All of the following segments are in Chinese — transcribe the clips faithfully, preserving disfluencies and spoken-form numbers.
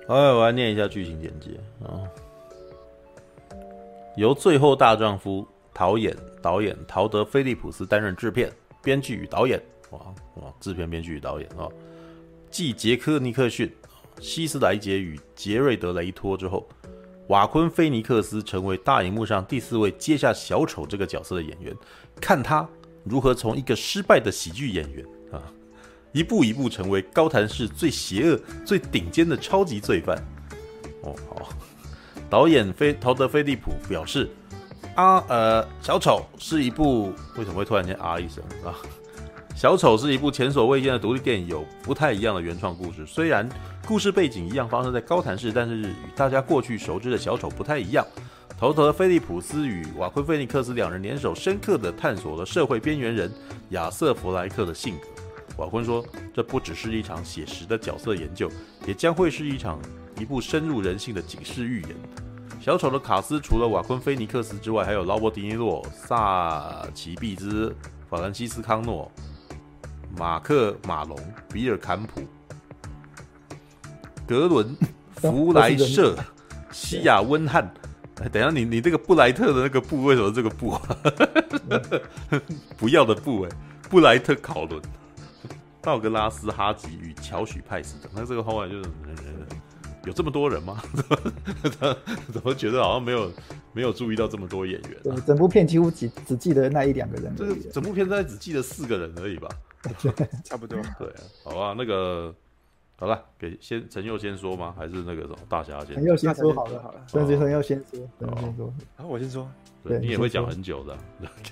好，我来念一下剧情简介啊。由最后大丈夫陶演导演陶德·菲利普斯担任制片、编剧与导演。哇哇，制片、编剧与导演啊。继杰克·尼克逊、希斯莱杰与杰瑞德·雷托之后，瓦昆·菲尼克斯成为大荧幕上第四位接下小丑这个角色的演员。看他如何从一个失败的喜剧演员啊，一步一步成为高谭市最邪恶、最顶尖的超级罪犯。哦，好。导演菲陶德·菲利普表示，啊，呃，小丑是一部为什么会突然间啊一声啊？小丑是一部前所未见的独立电影，有不太一样的原创故事。虽然故事背景一样发生在高谭市，但是与大家过去熟知的小丑不太一样。陶德·菲利普斯与瓦昆·菲尼克斯两人联手，深刻地探索了社会边缘人亚瑟·弗莱克的性格。瓦昆说，这不只是一场写实的角色研究，也将会是一场一部深入人心的警示预言。小丑的卡斯除了瓦昆·菲尼克斯之外，还有劳勃·迪尼洛、萨奇毕兹、法兰西斯·康诺、马克·马龙、比尔·坎普、格伦·弗莱舍、西亚·温汉。等一下，你你这个布莱特的那个布为什么这个布啊？不要的布哎，布莱特·考伦、道格拉斯·哈吉与乔许·派斯等。那这个后来就是有这么多人吗？怎么觉得好像没有没有注意到这么多演员、啊？ 对，整部片几乎只只记得那一两个人而已。 这个整部片大概只记得四个人而已吧？ 差不多。 对啊，好吧，那个。好了，给先陈佑先说吗？还是那个什么大侠先？ 陈佑先说好了，好了，陈陈佑先说，陈佑先说。 然后我先说， 对你也会讲很久的。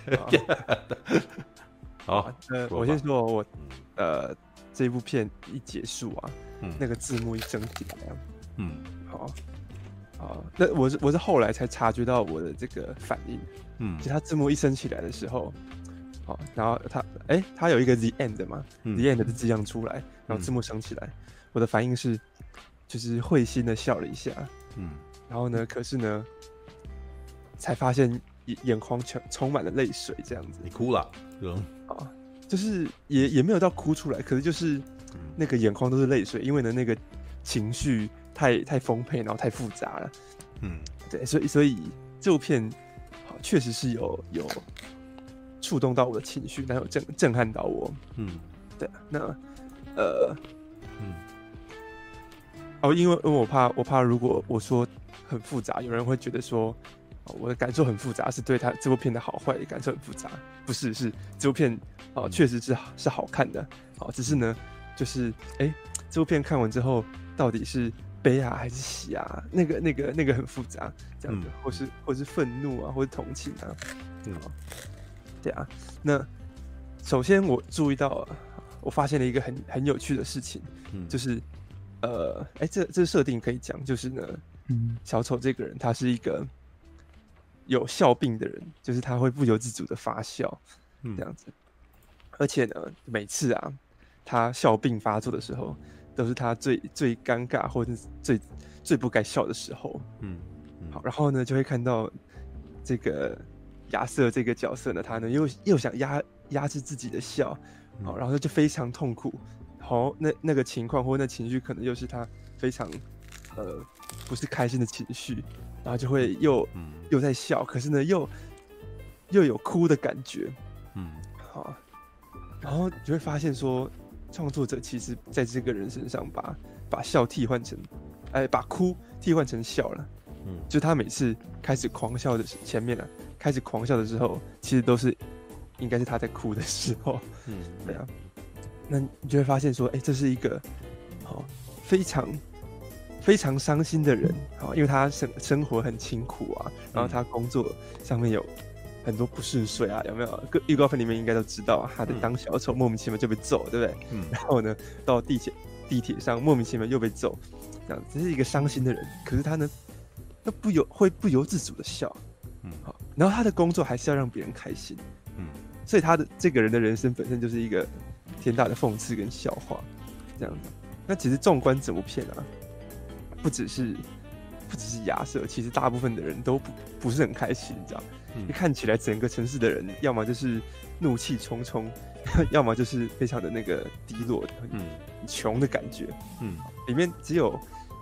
好， 呃，我先说，我呃这部片一结束啊， 嗯、 那个字幕一升起来， 嗯， 好，好，那我是我是后来才察觉到我的这个反应， 嗯， 就它字幕一升起来的时候。好，然后它，哎，它有一个 the end 嘛、嗯、，the end 的字样出来，然后字幕升起来，嗯、我的反应是，就是会心的笑了一下， 嗯， 然后呢，可是呢，才发现眼眶充满了泪水，这样子。 你哭了？嗯， 啊，就是也也没有到哭出来，可是就是那个眼眶都是泪水，因为呢那个情绪太太丰沛，然后太复杂了， 嗯， 对，所以所以这部片好确实是有有。触动到我的情绪，然后震震撼到我。 嗯， 对，那呃， 嗯， 哦，因为因为我怕，我怕如果我说很复杂，有人会觉得说、哦、我的感受很复杂，是对他这部片的好坏感受很复杂。不是，是这部片哦，确、呃、实是是好看的。哦，只是呢，就是哎、欸，这部片看完之后，到底是悲啊还是喜啊？那个那个那个很复杂，这样子，嗯、或是或是愤怒啊，或是同情啊，嗯。对啊，那首先我注意到，我发现了一个很很有趣的事情，嗯、就是呃，哎，这这设定可以讲，就是呢，嗯，小丑这个人他是一个有笑病的人，就是他会不由自主的发笑，嗯、这样子，而且呢，每次啊，他笑病发作的时候，都是他最最尴尬或者是最最不该笑的时候，嗯，嗯好，然后呢，就会看到这个。亚瑟这个角色呢，他呢又又想压压制自己的笑，嗯、然后就非常痛苦。好，那那个情况或那情绪可能又是他非常呃不是开心的情绪，然后就会又、嗯、又在笑，可是呢又又有哭的感觉。嗯，好，然后你就会发现说，创作者其实在这个人身上把把笑替换成，哎，把哭替换成笑了。嗯，就他每次开始狂笑的前面啊。开始狂笑的时候，其实都是应该是他在哭的时候，嗯，对啊，那你就会发现说，哎、欸，这是一个好非常非常伤心的人，好，因为他生生活很辛苦啊，然后他工作上面有很多不顺遂啊，有没有？预告片里面应该都知道，他的当小丑莫名其妙就被揍，对不对？嗯，然后呢，到地铁地铁上莫名其妙又被揍，这样，这是一个伤心的人，可是他呢，他不由会不由自主的笑。嗯，好，然后他的工作还是要让别人开心，嗯，所以他的这个人的人生本身就是一个天大的讽刺跟笑话，这样子。那其实纵观整部片啊，不只是不只是亚瑟，其实大部分的人都不不是很开心，你知道？嗯，看起来整个城市的人，要么就是怒气冲冲，要么就是非常的那个低落的，嗯，穷的感觉，嗯，里面只有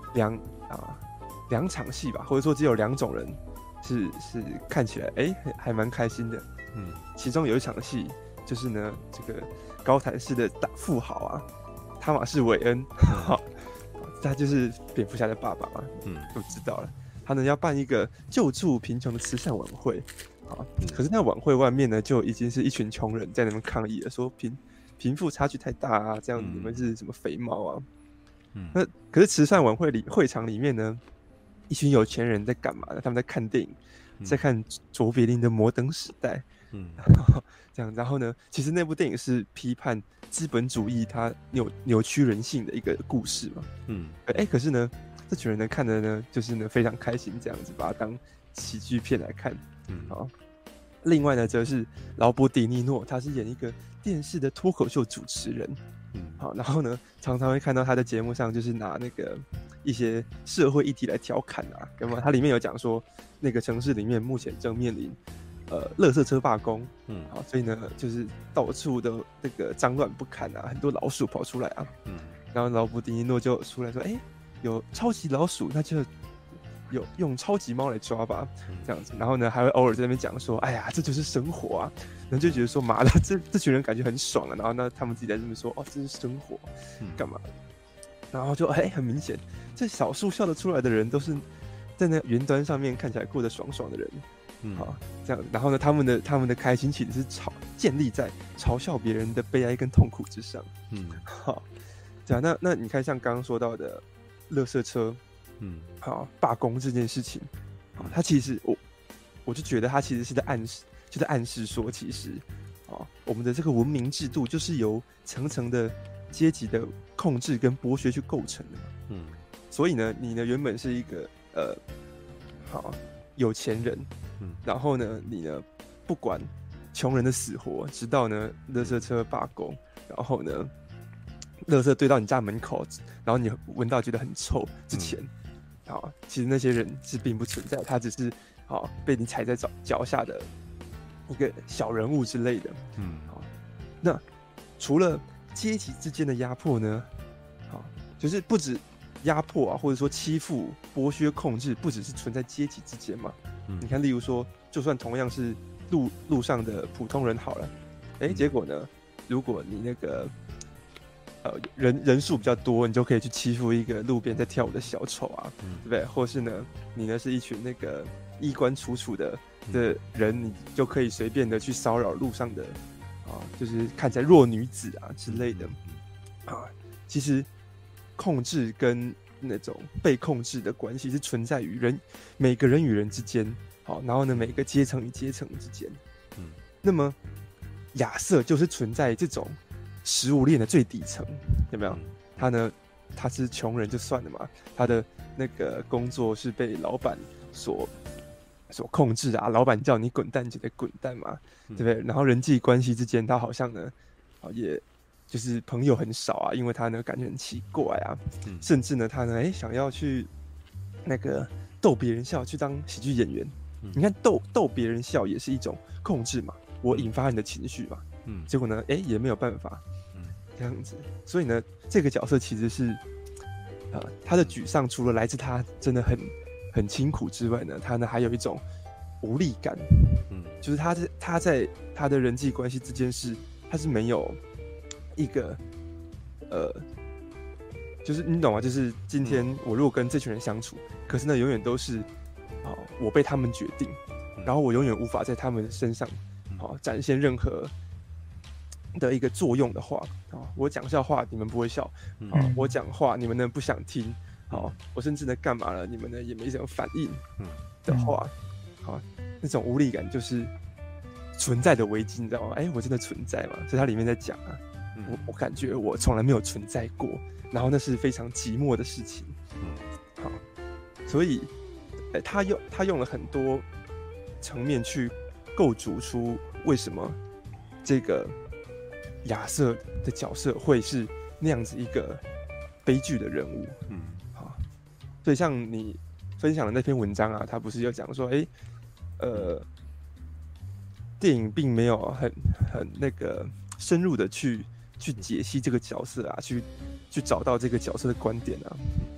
两啊两场戏吧，或者说只有两种人是是看起来哎、欸、还蛮开心的。 嗯， 其中有一场戏就是呢，这个高谭市的大富豪啊，汤马士·韦恩，哈、嗯，他就是蝙蝠侠的爸爸嘛，嗯，都知道了。他呢要办一个救助贫穷的慈善晚会，啊，可是那晚会外面呢就已经是一群穷人在那边抗议了，说贫贫富差距太大啊，这样你们是什么肥猫啊？嗯，那可是慈善晚会里会场里面呢，一群有钱人在干嘛呢？他们在看电影，在看卓别林的《摩登时代》。嗯，这样，然后呢？其实那部电影是批判资本主义它扭扭曲人性的一个故事嘛。嗯，哎、欸，可是呢，这群人呢看的呢，就是呢非常开心，这样子把它当喜剧片来看。嗯，好。另外呢，则是劳勃·迪尼诺，他是演一个电视的脱口秀主持人。嗯，好，然后呢，常常会看到他的节目上，就是拿那个一些社会议题来调侃啊，那么他里面有讲说，那个城市里面目前正面临。呃，垃圾车罢工，嗯，好，所以呢，就是到处的那个脏乱不堪啊，很多老鼠跑出来啊，嗯，然后劳勃·迪尼诺就出来说，哎、欸，有超级老鼠，那就有用超级猫来抓吧，这样子，然后呢，还会偶尔在那边讲说，哎呀，这就是生活啊，然后就觉得说，妈的，这这群人感觉很爽啊，然后呢，他们自己在这边说，哦，这是生活，干嘛？然后就哎、欸，很明显，这少数笑得出来的人，都是在那云端上面看起来过得爽爽的人。嗯，好，这样，然后呢，他们的他们的开心其实是嘲建立在嘲笑别人的悲哀跟痛苦之上。嗯，好，这样，那那你看，像刚刚说到的，垃圾车，嗯，好，罢工这件事情，好，他其实我我就觉得他其实是在暗示，就在暗示说，其实，啊，我们的这个文明制度就是由层层的阶级的控制跟剥削去构成的嘛。嗯，所以呢，你呢原本是一个呃，好有钱人。嗯，然后呢，你呢，不管穷人的死活，直到呢，垃圾车罢工，然后呢，垃圾堆到你家门口，然后你闻到觉得很臭之前，啊、嗯，其实那些人是并不存在，他只是啊被你踩在脚脚下的一个小人物之类的。嗯，好，那除了阶级之间的压迫呢，啊，就是不止压迫啊，或者说欺负、剥削、控制，不只是存在阶级之间嘛。你看，例如说，就算同样是路路上的普通人好了，哎、欸，结果呢，如果你那个呃人人数比较多，你就可以去欺负一个路边在跳舞的小丑啊，嗯、对不对？或是呢，你呢是一群那个衣冠楚楚的的人，你就可以随便的去骚扰路上的啊，就是看起来弱女子啊之类的啊。其实控制跟那种被控制的关系是存在于人每个人与人之间，好，然后呢，每个阶层与阶层之间，嗯，那么亚瑟就是存在这种食物链的最底层，有没有？他呢，他是穷人就算了嘛，他的那个工作是被老板所所控制啊，老板叫你滚蛋就得滚蛋嘛，对不对？然后人际关系之间，他好像呢，也。就是朋友很少啊，因为他呢感觉很奇怪啊，嗯、甚至呢他呢哎、欸、想要去那个逗别人笑，去当喜剧演员。嗯、你看逗逗别人笑也是一种控制嘛，我引发你的情绪嘛，嗯，结果呢哎、欸、也没有办法，嗯，这样子。所以呢这个角色其实是，呃，他的沮丧除了来自他真的很很辛苦之外呢，他呢还有一种无力感，嗯，就是他在他在他的人际关系之间是他是没有。一个，呃，就是你懂吗？就是今天我如果跟这群人相处，可是呢，永远都是，啊、哦，我被他们决定，然后我永远无法在他们身上，啊、哦，展现任何的一个作用的话，啊、哦，我讲笑话你们不会笑，啊、哦，我讲话你们呢不想听，好、哦，我甚至呢干嘛了，你们呢也没什么反应，的话，好、哦，那种无力感就是存在的危机，你知道吗？哎、欸，我真的存在吗？所以它里面在讲啊。我, 我感觉我从来没有存在过，然后那是非常寂寞的事情。嗯，好，所以，欸、他用他用了很多层面去构筑出为什么这个亚瑟的角色会是那样子一个悲剧的人物。嗯，好，所以像你分享的那篇文章啊，他不是有讲说，哎、欸，呃，电影并没有很很那个深入的去。去解析这个角色啊，去去找到这个角色的观点啊，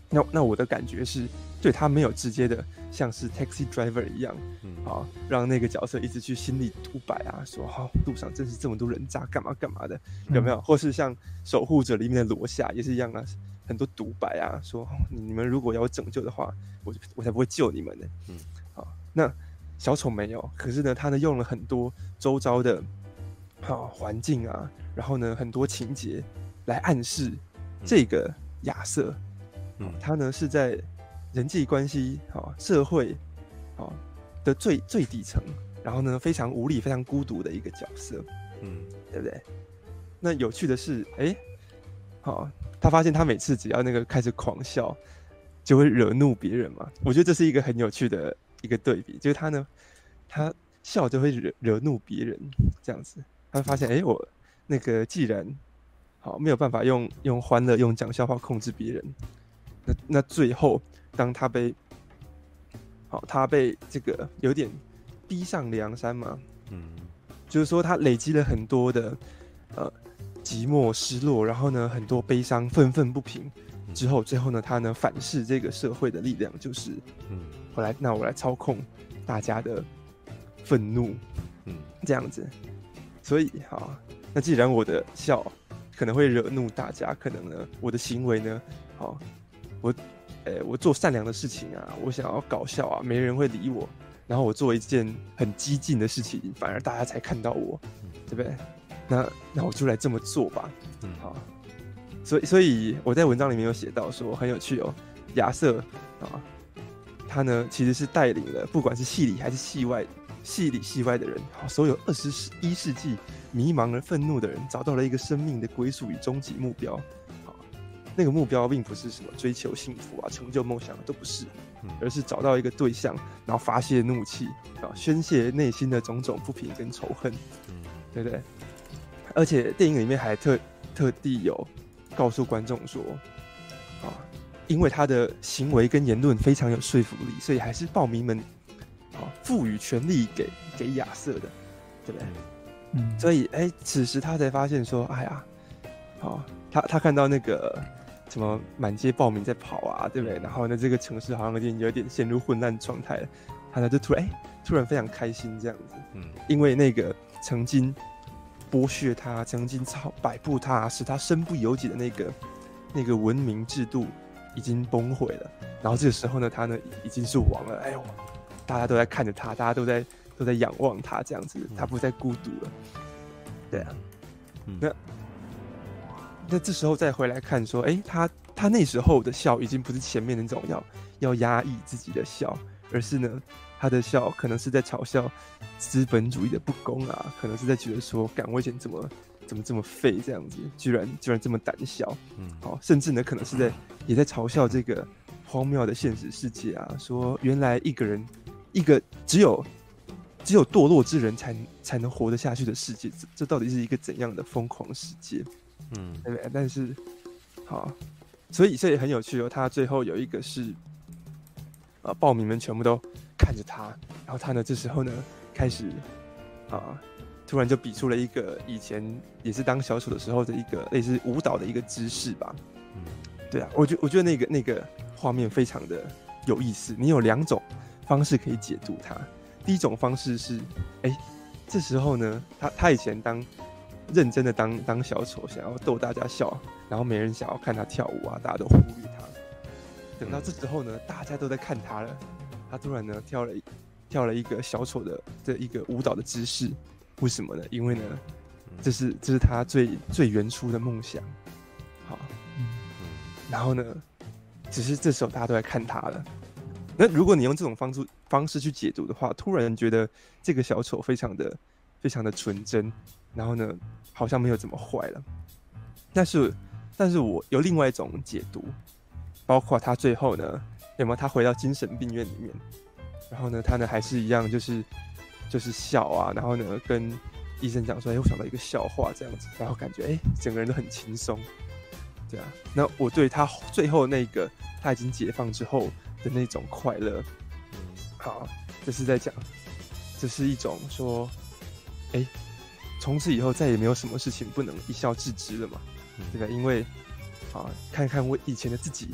那那我的感觉是，对他没有直接的像是 taxi driver 一样， 嗯， 啊，让那个角色一直去心里独白啊，说好、哦、路上真是这么多人渣，干嘛干嘛的，有没有？嗯、或是像守护者里面的罗夏也是一样啊，很多独白啊，说、哦、你们如果要我拯救的话，我我才不会救你们呢。嗯，好，那小丑没有，可是呢，他呢用了很多周遭的好环境啊，然后呢很多情节来暗示这个亚瑟。嗯，他呢是在人际关系、哦、社会、哦、的最最底层，然后呢非常无力、非常孤独的一个角色，嗯，对不对？那有趣的是，哎，好、哦，他发现他每次只要那个开始狂笑，就会惹怒别人嘛。我觉得这是一个很有趣的一个对比，就是他呢，他笑就会惹惹怒别人，这样子，他发现，哎，我那个既然好没有办法用用欢乐、用讲笑话控制别人。那, 那最后，当他被，好，他被这个有点逼上梁山嘛，嗯，就是说他累积了很多的呃寂寞、失落，然后呢很多悲伤、愤愤不平之后，最后呢他呢反噬这个社会的力量，就是，嗯，我来，那我来操控大家的愤怒，嗯，这样子，所以好，那既然我的笑可能会惹怒大家，可能呢我的行为呢，好。我，欸，我做善良的事情啊，我想要搞笑啊，没人会理我。然后我做一件很激进的事情，反而大家才看到我，对不对？那那我就来这么做吧。嗯，好。所以所以我在文章里面有写到说很有趣哦，亚瑟啊，他呢其实是带领了不管是戏里还是戏外，戏里戏外的人，好，所有二十一世纪迷茫而愤怒的人，找到了一个生命的归宿与终极目标。那个目标并不是什么追求幸福啊、成就梦想都不是，而是找到一个对象，然后发泄怒气啊，宣泄内心的种种不平跟仇恨，对不对？而且电影里面还特特地有告诉观众说，啊，因为他的行为跟言论非常有说服力，所以还是暴民们啊赋予权力给给亚瑟的，对不对？嗯，所以哎，此时他才发现说，哎呀，啊，他他看到那个。什么满街暴民在跑啊，对不对？然后呢，这个城市好像有点有点陷入混乱状态了。他呢就突然哎、欸，突然非常开心这样子，嗯，因为那个曾经剥削他、曾经操摆布他、使他身不由己的那个那个文明制度已经崩毁了。然后这个时候呢，他呢已经是王了，哎呦，大家都在看着他，大家都在都在仰望他这样子，他不再孤独了。对啊，嗯、那。那这时候再回来看说，哎、欸，他他那时候的笑已经不是前面那种要要压抑自己的笑，而是呢，他的笑可能是在嘲笑资本主义的不公啊，可能是在觉得说，干我以前怎么怎么这么废这样子，居然居然这么胆小，嗯，好，甚至呢，可能是在也在嘲笑这个荒谬的现实世界啊，说原来一个人一个只有只有堕落之人才才能活得下去的世界，这这到底是一个怎样的疯狂世界？嗯，对不对？但是，好，所以所以很有趣哦。他最后有一个是，呃，暴民们全部都看着他，然后他呢，这时候呢，开始啊，突然就比出了一个以前也是当小丑的时候的一个类似舞蹈的一个姿势吧。嗯，对啊，我觉我觉得那个那个画面非常的有意思。你有两种方式可以解读它。第一种方式是，哎，这时候呢，他他以前当。认真的当当小丑，想要逗大家笑，然后没人想要看他跳舞啊，大家都忽略他。等到这时候呢，大家都在看他了，他突然呢跳了跳了一个小丑的这一个舞蹈的姿势，为什么呢？因为呢，这是这是他最最原初的梦想。好，然后呢，只是这时候大家都在看他了。那如果你用这种方式方式去解读的话，突然觉得这个小丑非常的非常的纯真。然后呢，好像没有怎么坏了，但是，但是我有另外一种解读，包括他最后呢，有没有他回到精神病院里面，然后呢，他呢还是一样，就是就是笑啊，然后呢跟医生讲说，哎，我想到一个笑话这样子，然后感觉哎，整个人都很轻松，对啊。那我对他最后那个他已经解放之后的那种快乐，好，这是在讲，这是一种说，哎。从此以后再也没有什么事情不能一笑置之了嘛，对吧？因为啊，看看我以前的自己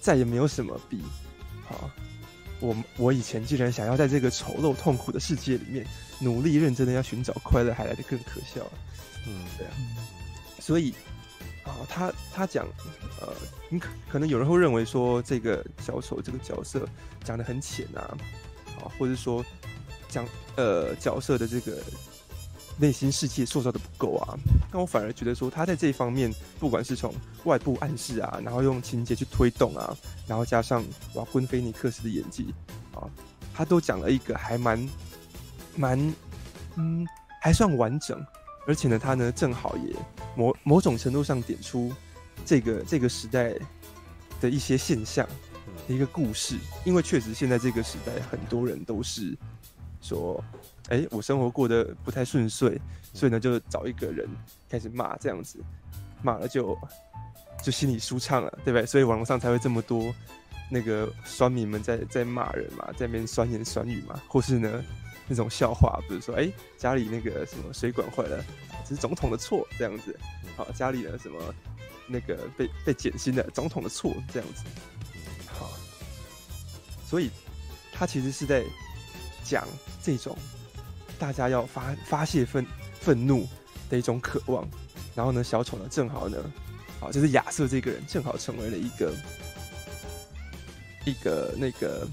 再也没有什么比好。我我以前既然想要在这个丑陋痛苦的世界里面努力认真的要寻找快乐，还来得更可笑。嗯，对啊。所以啊，他他讲，呃，你可可能有人会认为说这个小丑这个角色讲得很浅啊，啊，或者说讲呃角色的这个内心世界塑造的不够啊。那我反而觉得说他在这一方面，不管是从外部暗示啊，然后用情节去推动啊，然后加上瓦昆菲尼克斯的演技啊，他都讲了一个还蛮蛮嗯还算完整，而且呢，他呢正好也某某种程度上点出这个这个时代的一些现象的一个故事，因为确实现在这个时代很多人都是说，哎、欸，我生活过得不太顺遂，所以呢就找一个人开始骂，这样子骂了就就心里舒畅了，对不对？所以网络上才会这么多那个酸民们在在骂人嘛，在那边酸言酸语嘛，或是呢那种笑话，比如说，哎、欸，家里那个什么水管坏了，这是总统的错，这样子。好，家里的什么那个被被减薪的，总统的错，这样子。好，所以他其实是在讲这种大家要发发泄愤愤怒的一种渴望。然后呢，小丑呢正好呢，好，就是亚瑟这个人正好成为了一个一个那个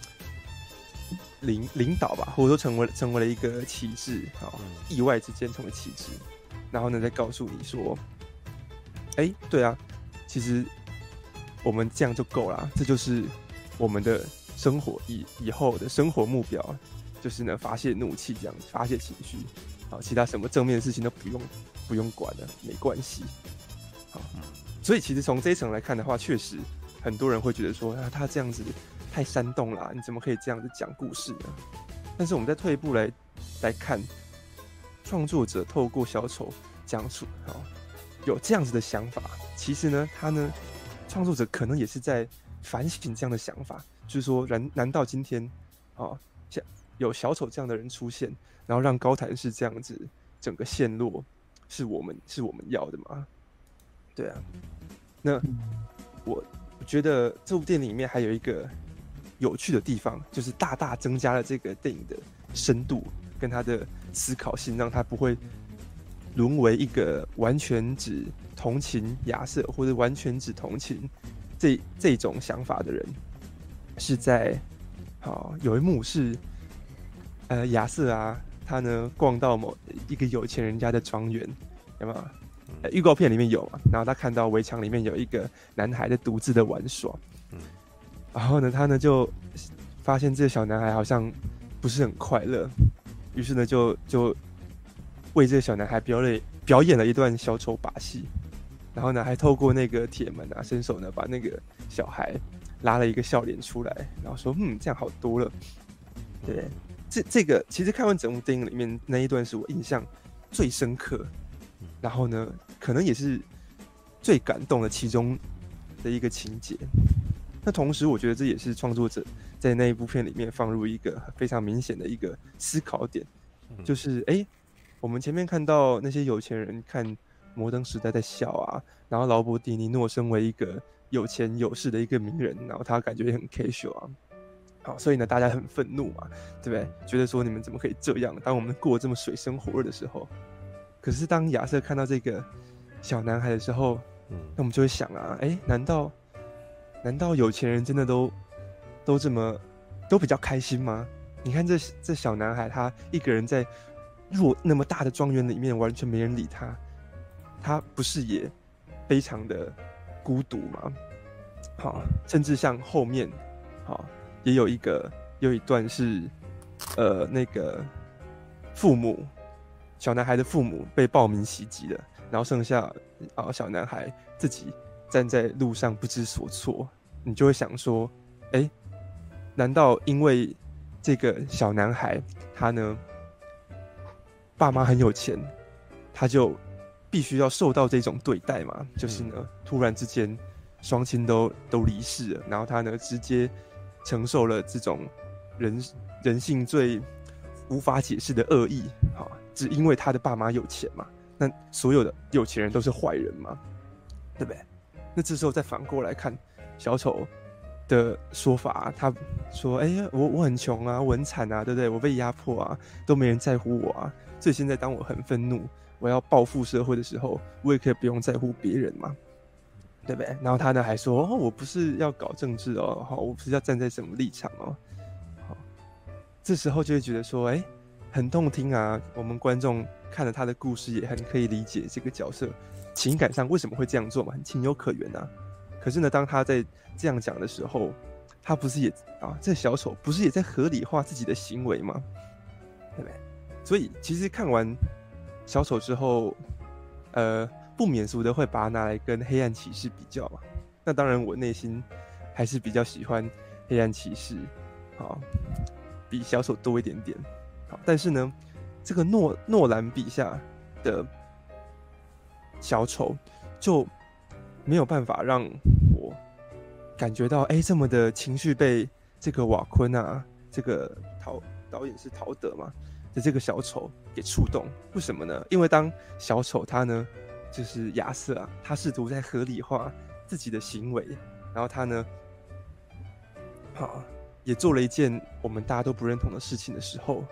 领领导吧，或者说成为成为了一个旗帜，好，意外之间成为旗帜。然后呢，再告诉你说，哎，对啊，其实我们这样就够了，这就是我们的生活以以后的生活目标，就是呢发泄怒气这样子，发泄情绪，好，其他什么正面的事情都不用不用管了，没关系。好，所以其实从这一层来看的话，确实很多人会觉得说，啊，他这样子太煽动了，你怎么可以这样子讲故事呢？但是我们再退一步来来看。创作者透过小丑讲出，哦，有这样子的想法，其实呢，他呢，创作者可能也是在反省这样的想法，就是说，难难道今天，哦，像有小丑这样的人出现，然后让高谭市这样子整个陷落，是我们是我们要的吗？对啊，那我我觉得这部电影里面还有一个有趣的地方，就是大大增加了这个电影的深度跟它的思考性，让它不会沦为一个完全只同情亚瑟或者完全只同情这这种想法的人。是在好有一幕是呃亚瑟啊，他呢逛到某一个有钱人家的庄园，有没有？呃，预告片里面有嘛？然后他看到围墙里面有一个男孩在独自的玩耍，嗯，然后呢，他呢就发现这个小男孩好像不是很快乐。于是呢，就就为这个小男孩表演表演了一段小丑把戏，然后呢，还透过那个铁门啊，伸手呢把那个小孩拉了一个笑脸出来，然后说：“嗯，这样好多了。”对，这这个其实看完整部电影里面那一段是我印象最深刻，然后呢，可能也是最感动的其中的一个情节。那同时，我觉得这也是创作者在那一部片里面放入一个非常明显的一个思考点，就是哎、欸，我们前面看到那些有钱人看《摩登时代》在笑啊，然后劳勃迪尼诺身为一个有钱有势的一个名人，然后他感觉也很 casual 啊，好，所以呢，大家很愤怒嘛，对不对？觉得说你们怎么可以这样？当我们过这么水深火热的时候，可是当亚瑟看到这个小男孩的时候，那我们就会想啊，哎、欸，难道？难道有钱人真的都都这么都比较开心吗？你看这这小男孩，他一个人在若那么大的庄园里面，完全没人理他，他不是也非常的孤独吗？好，甚至像后面，好也有一个有一段是，呃，那个父母小男孩的父母被暴民袭击了，然后剩下啊小男孩自己站在路上不知所措。你就会想说，哎、欸，难道因为这个小男孩他呢，爸妈很有钱，他就必须要受到这种对待吗？就是呢，突然之间双亲都都离世了，然后他呢直接承受了这种人人性最无法解释的恶意，好，只因为他的爸妈有钱嘛？那所有的有钱人都是坏人吗？对不对？那这时候再反过来看。小丑的说法，他说：“哎、欸，我我很穷啊，我很惨啊，对不对？我被压迫啊，都没人在乎我啊。所以现在当我很愤怒，我要报复社会的时候，我也可以不用在乎别人嘛，对不对？”然后他呢还说：“哦，我不是要搞政治哦，好，我不是要站在什么立场哦。”好，这时候就会觉得说：“哎、欸，很动听啊。”我们观众看了他的故事，也很可以理解这个角色情感上为什么会这样做嘛，很情有可原啊。可是呢，当他在这样讲的时候，他不是也啊，这小丑不是也在合理化自己的行为吗？对不对？所以其实看完小丑之后，呃，不免俗的会把它拿来跟黑暗骑士比较嘛。那当然，我内心还是比较喜欢黑暗骑士，好，比小丑多一点点。好，但是呢，这个诺诺兰笔下的小丑就没有办法让我感觉到，哎、欸，这么的情绪被这个瓦昆啊，这个陶导演是陶德嘛的这个小丑给触动。为什么呢？因为当小丑他呢，就是亚瑟啊，他试图在合理化自己的行为，然后他呢，好，也做了一件我们大家都不认同的事情的时候，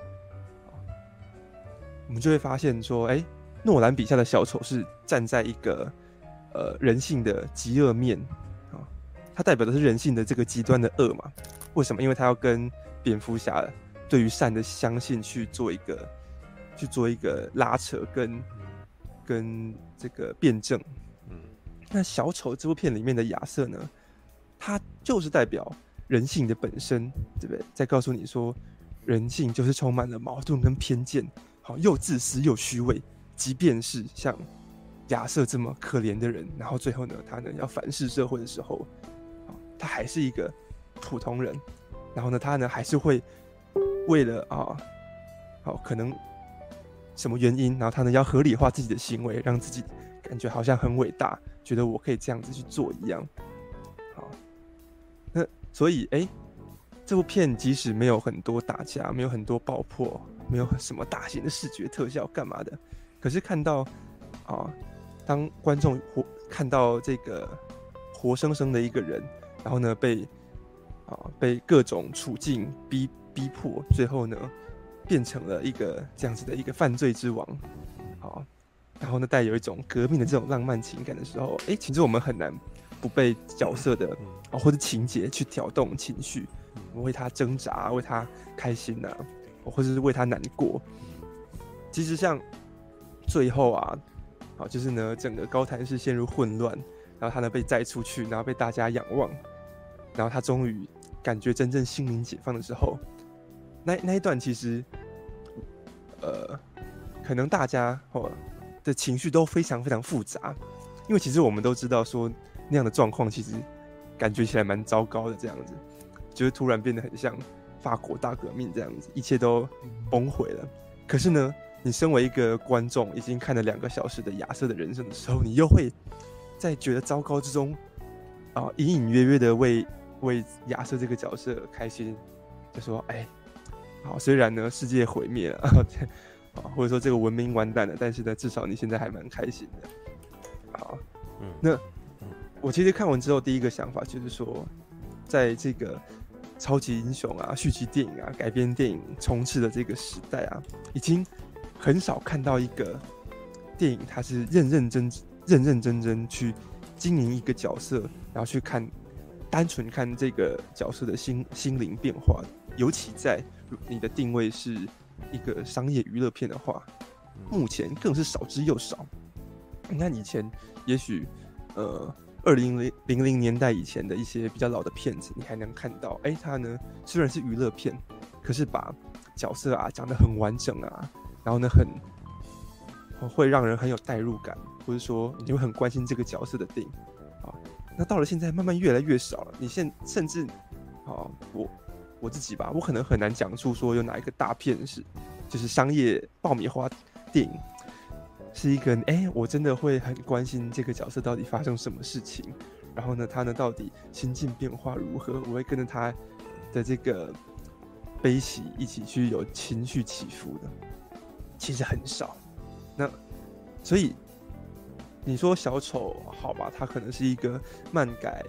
我们就会发现说，哎、欸，诺兰笔下的小丑是站在一个呃人性的极恶面啊，它代表的是人性的这个极端的恶嘛。为什么？因为他要跟蝙蝠侠对于善的相信去做一个去做一个拉扯跟跟这个辩证。嗯，那小丑这部片里面的亚瑟呢，他就是代表人性的本身，对不对？在告诉你说，人性就是充满了矛盾跟偏见，好，又自私又虚伪。即便是像亚瑟这么可怜的人，然后最后呢，他呢要反噬社会的时候，他还是一个普通人，然后呢，他呢还是会为了啊，好可能什么原因，然后他呢要合理化自己的行为，让自己感觉好像很伟大，觉得我可以这样子去做一样。好，那所以哎，这部片即使没有很多打架，没有很多爆破，没有什么大型的视觉特效干嘛的，可是看到啊，当观众活看到这个活生生的一个人，然后呢被啊被各种处境逼逼迫，最后呢变成了一个这样子的一个犯罪之王，好，然后呢带有一种革命的这种浪漫情感的时候，哎，其实我们很难不被角色的啊或者情节去挑动情绪，我们为他挣扎，为他开心啊，或者是为他难过。其实像最后啊，好，就是呢整个高谭市陷入混乱，然后他呢被载出去，然后被大家仰望，然后他终于感觉真正心灵解放的时候，那那一段其实，呃，可能大家哦的情绪都非常非常复杂，因为其实我们都知道说那样的状况其实感觉起来蛮糟糕的，这样子，就是突然变得很像法国大革命这样子，一切都崩毁了。可是呢，你身为一个观众，已经看了两个小时的亚瑟的人生的时候，你又会在觉得糟糕之中，啊、呃，隐隐约约的为为亚瑟这个角色开心，就说，哎，好，虽然呢世界毁灭了，啊，或者说这个文明完蛋了，但是呢，至少你现在还蛮开心的。好，嗯，那我其实看完之后，第一个想法就是说，在这个超级英雄啊、续集电影啊、改编电影充斥的这个时代啊，已经很少看到一个电影，它是认认真认认真真去经营一个角色，然后去看单纯看这个角色的心心灵变化。尤其在你的定位是一个商业娱乐片的话，目前更是少之又少。你看以前，也许呃。二零零零年代以前的一些比较老的片子，你还能看到，哎，它呢虽然是娱乐片，可是把角色啊讲得很完整啊，然后呢很会让人很有代入感，或者说你会很关心这个角色的电影啊。那到了现在，慢慢越来越少了。你现甚至啊，我我自己吧，我可能很难讲出说有哪一个大片是就是商业爆米花电影。是一个哎、欸，我真的会很关心这个角色到底发生什么事情，然后呢，他呢到底心境变化如何？我会跟着他的这个悲喜一起去有情绪起伏的，其实很少。那所以你说小丑好吧，他可能是一个漫改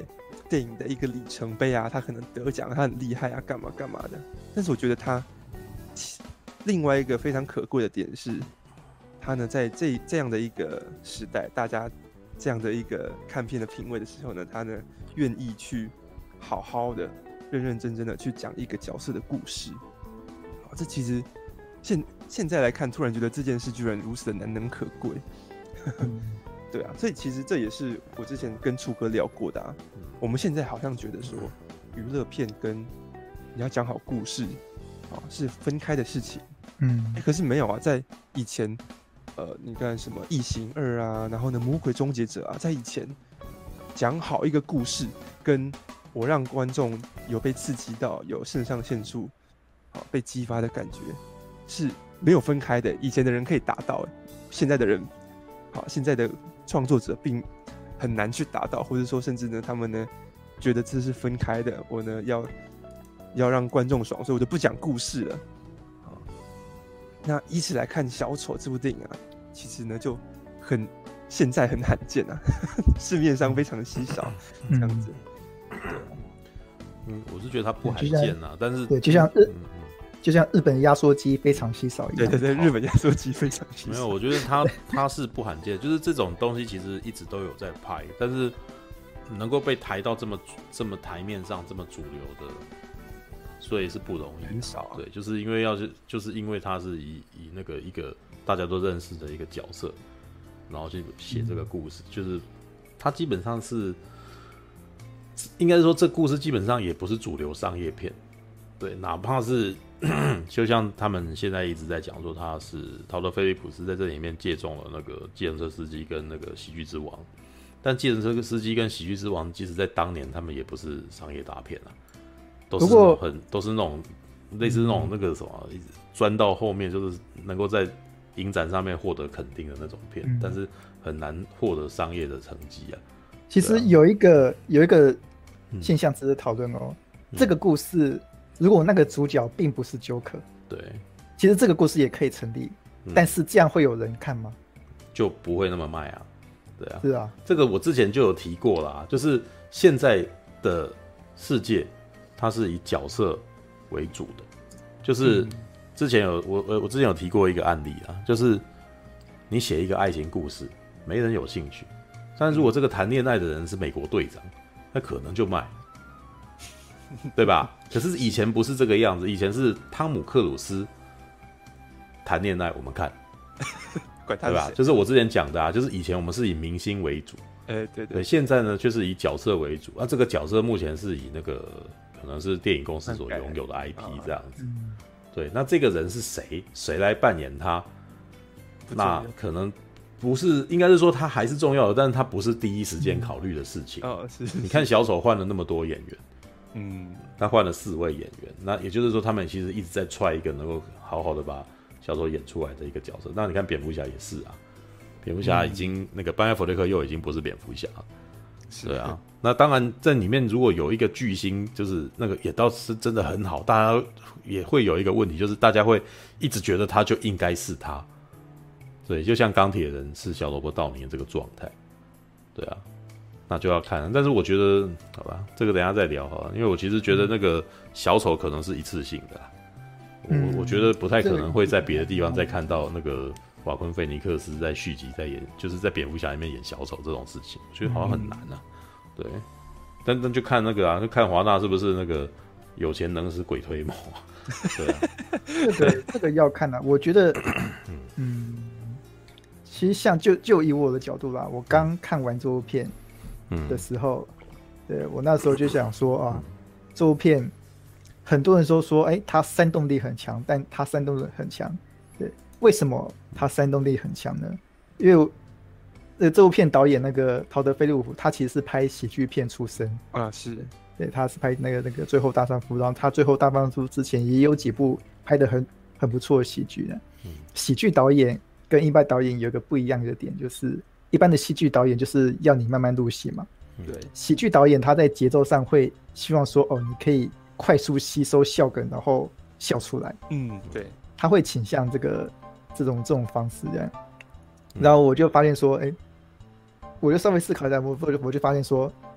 电影的一个里程碑啊，他可能得奖，他很厉害啊，干嘛干嘛的。但是我觉得他另外一个非常可贵的点是，他呢在这这样的一个时代，大家这样的一个看片的品味的时候呢，他呢愿意去好好的、认认真真的去讲一个角色的故事。这其实现现在来看，突然觉得这件事居然如此的难能可贵。对啊，所以其实这也是我之前跟楚哥聊过的啊。我们现在好像觉得说，娱乐片跟你要讲好故事啊是分开的事情。嗯、欸，可是没有啊，在以前，呃，你看什么《异形二》啊，然后呢，《魔鬼终结者》啊，在以前讲好一个故事，跟我让观众有被刺激到，有肾上腺素啊被激发的感觉，是没有分开的。以前的人可以达到，现在的人，好，现在的创作者并很难去达到，或者说甚至呢，他们呢觉得这是分开的，我呢要要让观众爽，所以我就不讲故事了。那以此来看，《小丑》这部电影啊，其实呢就很现在很罕见啊，市面上非常稀少，这样子。 嗯，我是觉得它不罕见啊，但是对，就像日，嗯、就像日本压缩机非常稀少一样。 对对对，日本压缩机非常稀少。 没有，我觉得它它是不罕见，就是这种东西其实一直都有在拍，但是能够被抬到这么这么台面上、这么主流的。所以是不容易， 很少、啊。 对，就是因为要是就是因为他是以以那个一个大家都认识的一个角色，然后去写这个故事，嗯、就是他基本上是应该是说这故事基本上也不是主流商业片，对，哪怕是就像他们现在一直在讲说他是陶德·菲利普斯在这里面借重了那个计程车司机跟那个喜剧之王，但计程车司机跟喜剧之王，即使在当年他们也不是商业大片啊。都是那种很都是那种类似那种那个什么，一直钻到后面就是能够在影展上面获得肯定的那种片，嗯、但是很难获得商业的成绩啊。 其实有一个、啊、有一个现象值得讨论哦，嗯、这个故事如果那个主角并不是 Joker， 对， 其实这个故事也可以成立，嗯、但是这样会有人看吗？ 就不会那么卖啊，对啊， 是啊， 这个我之前就有提过啦，就是现在的世界。它是以角色为主的，就是之前有我我之前有提过一个案例啊，就是你写一个爱情故事，没人有兴趣，但是如果这个谈恋爱的人是美国队长，那可能就卖，对吧？可是以前不是这个样子，以前是汤姆克鲁斯谈恋爱，我们看， 管他对吧？就是我之前讲的啊，就是以前我们是以明星为主， 哎、欸，对 对, 对，现在呢就是以角色为主，那、啊、这个角色目前是以那个。可能是电影公司所拥有的 I P 这样子，嗯、对。那这个人是谁？谁来扮演他？那可能不是，应该是说他还是重要的，但是他不是第一时间考虑的事情。 嗯、哦，是, 是。 你看小丑换了那么多演员， 嗯， 他换了四位演员，那也就是说他们其实一直在踹一个能够好好的把小丑演出来的一个角色。那你看蝙蝠侠也是啊，蝙蝠侠已经、嗯、那个班艾弗雷克又已经不是蝙蝠侠了。对啊，那当然在里面如果有一个巨星，就是那个也倒是真的很好，大家也会有一个问题，就是大家会一直觉得他就应该是他，对，就像钢铁人是小罗伯·道尼这个状态，对啊，那就要看。但是我觉得，好吧，这个等一下再聊好了，因为我其实觉得那个小丑可能是一次性的啦，嗯、我我觉得不太可能会在别的地方再看到那个。瓦昆·菲尼克斯在续集在演，就是在蝙蝠侠里面演小丑这种事情，我觉得好像很难啊。嗯、对，但但就看那个啊，就看华纳是不是那个有钱能使鬼推磨啊？对啊， 这个这个要看啊。我觉得，嗯，其实像就就以我的角度啦，我刚看完这部片的时候，嗯、对我那时候就想说啊，这部片很多人都说，哎、欸，它煽动力很强，但它煽动力很强，对。为什么他煽动力很强呢？因为呃，这部片导演那个陶德·菲利普，他其实是拍喜剧片出身啊，是对，他是拍那个那个《最后大丈夫》，然后他《最后大丈夫》之前也有几部拍的很很不错的喜剧的。嗯、喜剧导演跟一般导演有一个不一样的点，就是一般的戏剧导演就是要你慢慢入戏嘛， 对， 喜剧导演他在节奏上会希望说，哦，你可以快速吸收笑梗，然后笑出来。 嗯，对， 他会倾向这个。这种这种方式这样，然后我就发现说，哎、欸，我就稍微思考一下，我我就我就发现说，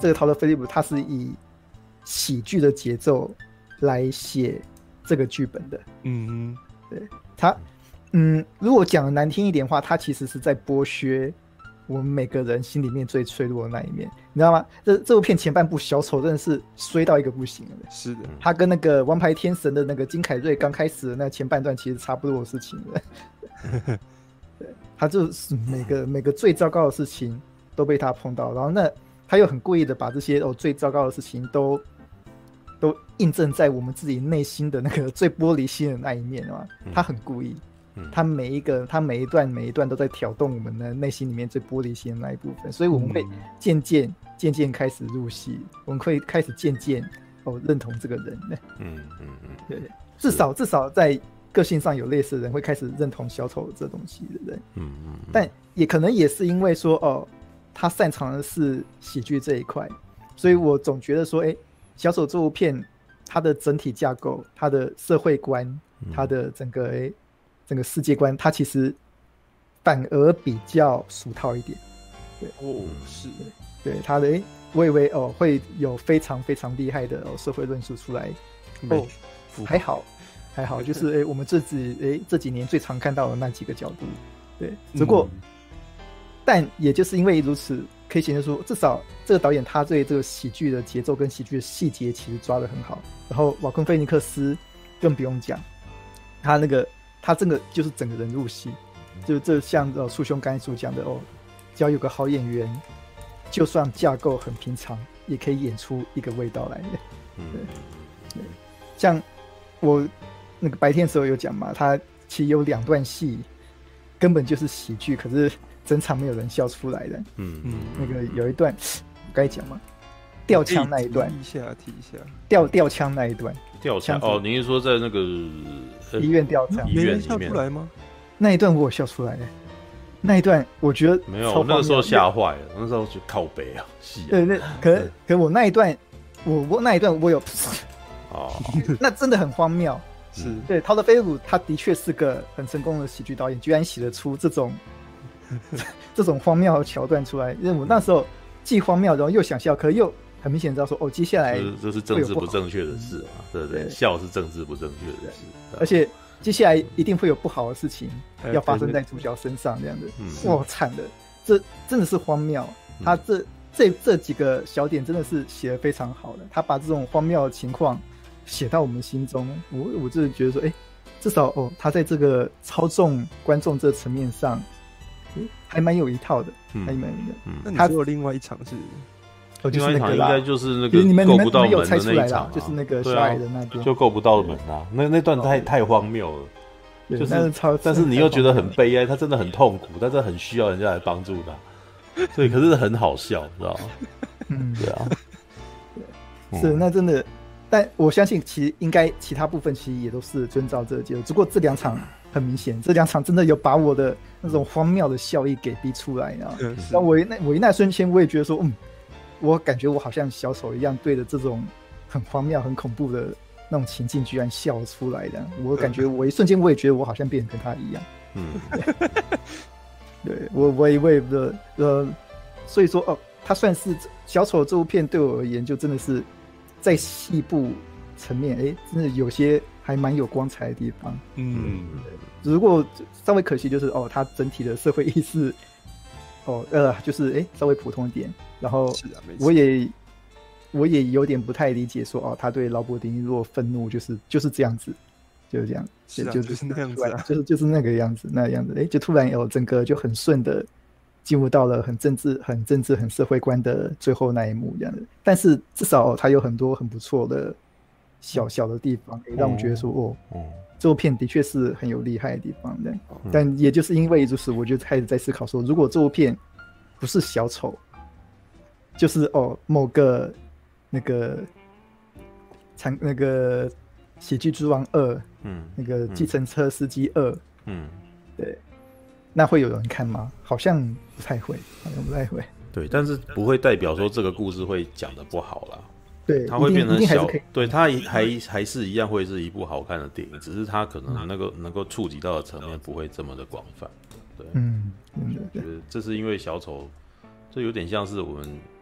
这个陶德·菲利普他是以喜剧的节奏来写这个剧本的。 嗯， 对他，嗯，如果讲的难听一点的话，他其实是在剥削我们每个人心里面最脆弱的那一面，你知道吗？这这部片前半部小丑真的是衰到一个不行了。 是的， 他跟那个《王牌天神》的那个金凯瑞刚开始的那前半段其实差不多的事情了。对，他就是每个每个最糟糕的事情都被他碰到，然后那他又很故意的把这些哦最糟糕的事情都都印证在我们自己内心的那个最玻璃心的那一面嘛。他很故意。他每一个，他每一段每一段都在挑动我们的内心里面最玻璃心的那一部分，所以我们会渐渐渐渐开始入戏，我们会开始渐渐哦认同这个人的。嗯嗯嗯，对，至少至少在个性上有类似的人会开始认同小丑这东西的人。嗯嗯，但也可能也是因为说哦，他擅长的是喜剧这一块，所以我总觉得说，哎，小丑这部片它的整体架构、它的社会观、它的整个哎。整个世界观，它其实反而比较俗套一点。对， 哦，是， 对他的，哎，我以为哦会有非常非常厉害的、哦、社会论述出来，哦，还好，还好，就是哎，我们这几哎这几年最常看到的那几个角度，对，只不过，嗯、但也就是因为如此，可以显示出至少这个导演他对这个喜剧的节奏跟喜剧的细节其实抓得很好。然后瓦昆菲尼克斯更不用讲，他那个。他真的就是整个人入戏，就这像呃树兄刚才所讲的哦，只要有个好演员，就算架构很平常，也可以演出一个味道来的。嗯，对，像我那个白天的时候有讲嘛，他其实有两段戏根本就是喜剧，可是整场没有人笑出来的。嗯嗯，那个有一段我该讲嘛，吊枪那一段， 提一下提一下， 吊吊枪那一段， 吊枪哦，你是说在那个？ 医院吊枪， 没人笑出来吗？ 那一段我有笑出来，那一段我觉得没有，那个时候吓坏了，那时候就靠北啊，戏。 对，那可可我那一段，我我那一段我有，哦，那真的很荒谬。 是对，陶德·菲利普他的确是个很成功的喜剧导演，居然写得出这种这种荒谬的桥段出来。因为我那时候既荒谬，然后又想笑，可又很明显知道说，哦，接下来这是政治不正确的事啊，对不对？笑是政治不正确的事， 而且接下来一定会有不好的事情要发生在主角身上，这样的，哇，惨的，这真的是荒谬。他这这这几个小点真的是写得非常好的，他把这种荒谬的情况写到我们心中，我我真的觉得说，哎，至少哦，他在这个操纵观众这层面上，还蛮有一套的，还蛮有的。 嗯，那你说的另外一场是？ 哦，就是那个应该就是那个你们够不到门的那一场、啊， 就是那个小矮的那边、 啊，就够不到门啊！那那段太、哦、太荒谬了，就是，是但是你又觉得很悲哀，他真的很痛苦，但是很需要人家来帮助他，所以可是很好笑，知道吗？嗯，对啊， 对，是那真的，但我相信其实应该其他部分其实也都是遵照这个节奏，只不过这两场很明显，这两场真的有把我的那种荒谬的笑意给逼出来啊！那我那我一那瞬间我也觉得说，嗯。我感觉我好像小丑一样，对着这种很荒谬、很恐怖的那种情境，居然笑出来的。我感觉我一瞬间我也觉得我好像变成跟他一样。嗯，对, 对我我也我也的呃，所以说哦，他算是小丑这部片对我而言，就真的是在细部层面，哎，真的有些还蛮有光彩的地方。嗯，只不过稍微可惜就是哦，他整体的社会意识，哦呃，就是哎稍微普通一点。然后我也我也有点不太理解说哦，他对劳勃迪尼洛愤怒就是就是这样子，就是这样， 是、啊、 就是那样子、啊， 就是就是那个样子，那个样子，哎，就突然有整个就很顺的进入到了很政治、很政治、很社会观的最后那一幕这样的。但是至少他有很多很不错的小小的地方，也让我觉得说哦，哦，这部片的确是很有厉害的地方的。嗯、但也就是因为就是我就开始在思考说，如果这部片不是小丑。就是哦，某个那个长那个喜剧之王二，嗯，那个计程车司机二，嗯，对，那会有人看吗？好像不太会，好像不太会。 对，但是不会代表说这个故事会讲得不好啦。 对， 它会变成小，对，它还还是一样会是一部好看的电影，只是它可能那个能够触及到的层面不会这么的广泛。对，嗯，对对对，这是因为小丑，这有点像是我们。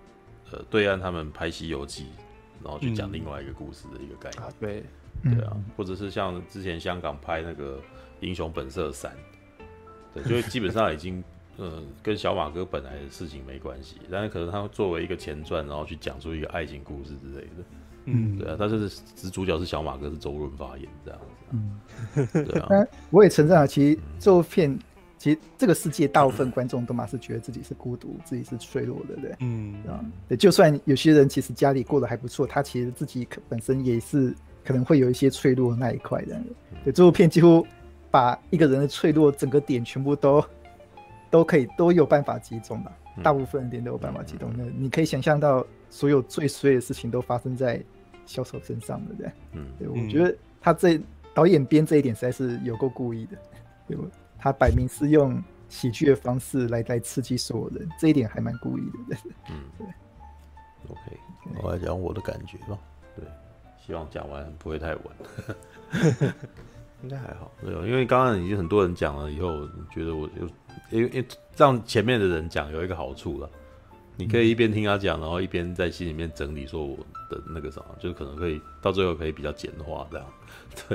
呃对岸他们拍《西游记》，然后去讲另外一个故事的一个概念。 啊，对， 对啊，或者是像之前香港拍那个《英雄本色三》，对，就基本上已经呃跟小马哥本来的事情没关系，但是可能他作为一个前传，然后去讲出一个爱情故事之类的。 嗯， 对啊，但是只主角是小马哥，是周润发演这样子、啊。嗯，对啊。 那我也承认啊，其实这部片，其实这个世界大部分观众都嘛是觉得自己是孤独，自己是脆弱的，对，嗯，啊，对，就算有些人其实家里过得还不错，他其实自己本身也是可能会有一些脆弱的那一块的。对，这部片几乎把一个人的脆弱整个点全部都都可以都有办法集中吧，大部分点都有办法集中的。你可以想象到所有最衰的事情都发生在小丑身上的，对，嗯，对，我觉得他这导演编这一点实在是有够故意的，对，他摆明是用喜剧的方式来来刺激所有人，这一点还蛮故意的， 嗯，对。OK， 我来讲我的感觉吧，对，希望讲完不会太晚。应该还好，对，因为刚刚已经很多人讲了以后，觉得我就因为让前面的人讲有一个好处了，你可以一边听他讲，然后一边在心里面整理说我的那个什么，就是可能可以到最后可以比较简化这样，对，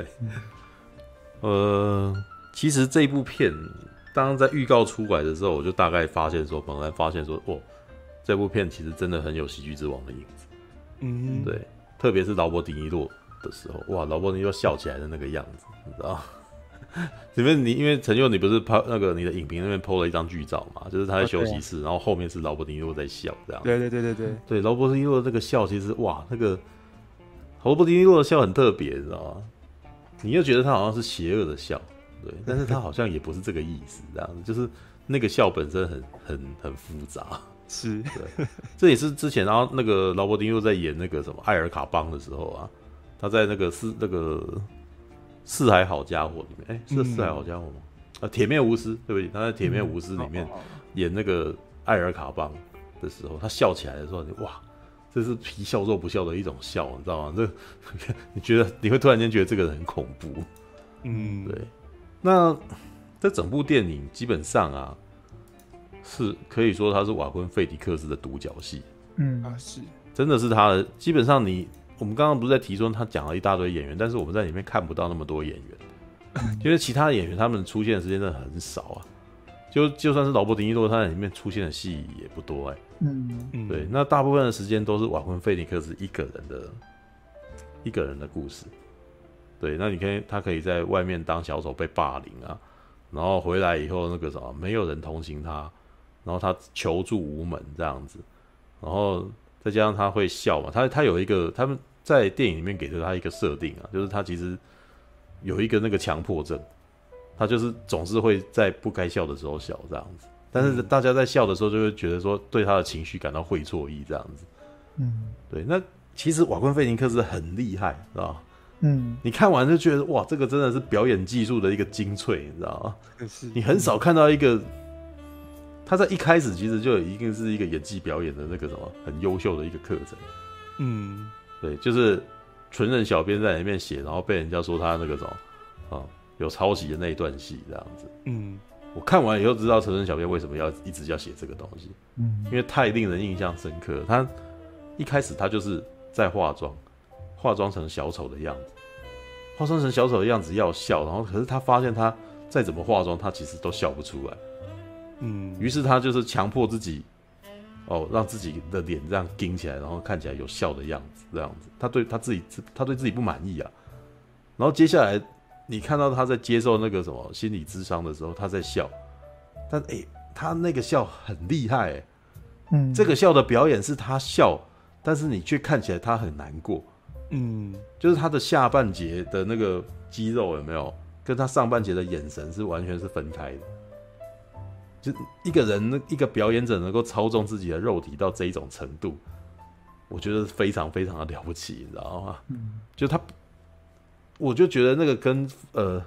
呃，其实这部片当在预告出来的时候，我就大概发现说，本来发现说，哦，这部片其实真的很有喜剧之王的影子，嗯，对，特别是劳勃迪尼洛的时候，哇，劳勃迪尼洛笑起来的那个样子，你知道？里面你因为陈佑，你不是拍那个你的影评那边 po 了一张剧照嘛？就是他在休息室， okay. 然后后面是劳勃迪尼洛在笑，这样。 对对对对对对，劳勃迪尼洛这个笑，其实哇，那个劳勃迪尼洛的笑很特别，你知道吗？你又觉得他好像是邪恶的笑，对，但是他好像也不是这个意思，这样子，就是那个笑本身很很很复杂， 是， 对，这也是之前然后那个劳勃迪尼洛在演那个什么艾尔卡邦的时候啊，他在那个是那个。四海好家伙里面，哎、欸，是四海好家伙吗？啊，铁面无私，对不起，他在铁面无私里面演那个艾尔卡邦的时候，他笑起来的时候，哇，这是皮笑肉不笑的一种笑，你知道吗？这你觉得你会突然间觉得这个人很恐怖，嗯，对。那这整部电影基本上啊，是可以说他是瓦昆·费迪克斯的独角戏， 嗯啊是， 真的是他的，基本上你。我们刚刚不是在提说他讲了一大堆演员，但是我们在里面看不到那么多演员，因为其他的演员他们出现的时间真的很少啊。就就算是劳勃迪尼洛，他在里面出现的戏也不多哎、欸。嗯，对，那大部分的时间都是瓦昆·费尼克斯一个人的一个人的故事。对，那你可以他可以在外面当小丑被霸凌啊，然后回来以后那个什么没有人同情他，然后他求助无门这样子，然后。再加上他会笑嘛，他他有一个他们在电影里面给了他一个设定啊，就是他其实有一个那个强迫症，他就是总是会在不该笑的时候笑这样子，但是大家在笑的时候就会觉得说对他的情绪感到会错意这样子，嗯，对，那其实瓦昆·费尼克斯很厉害，知道吗？嗯，你看完就觉得哇，这个真的是表演技术的一个精粹，你知道吗？你很少看到一个。他在一开始其实就已经是一个演技表演的那个什么很优秀的一个课程，嗯，对，就是纯人小编在里面写，然后被人家说他那个什么啊有抄袭的那一段戏这样子，嗯，我看完以后知道纯人小编为什么要一直要写这个东西，嗯，因为太令人印象深刻。他一开始他就是在化妆，化妆成小丑的样子，化妆成小丑的样子要笑，然后可是他发现他再怎么化妆，他其实都笑不出来。嗯，于是他就是强迫自己，哦，让自己的脸这样盯起来，然后看起来有笑的样子，这样子，他对他自己，他对自己不满意啊。然后接下来，你看到他在接受那个什么心理咨商的时候，他在笑，但哎、欸，他那个笑很厉害、欸，嗯，这个笑的表演是他笑，但是你却看起来他很难过，嗯，就是他的下半截的那个肌肉有没有，跟他上半截的眼神是完全是分开的。就一个人，一个表演者能够操纵自己的肉体到这一种程度，我觉得非常非常的了不起，你知道吗？嗯，就他，我就觉得那个跟呃，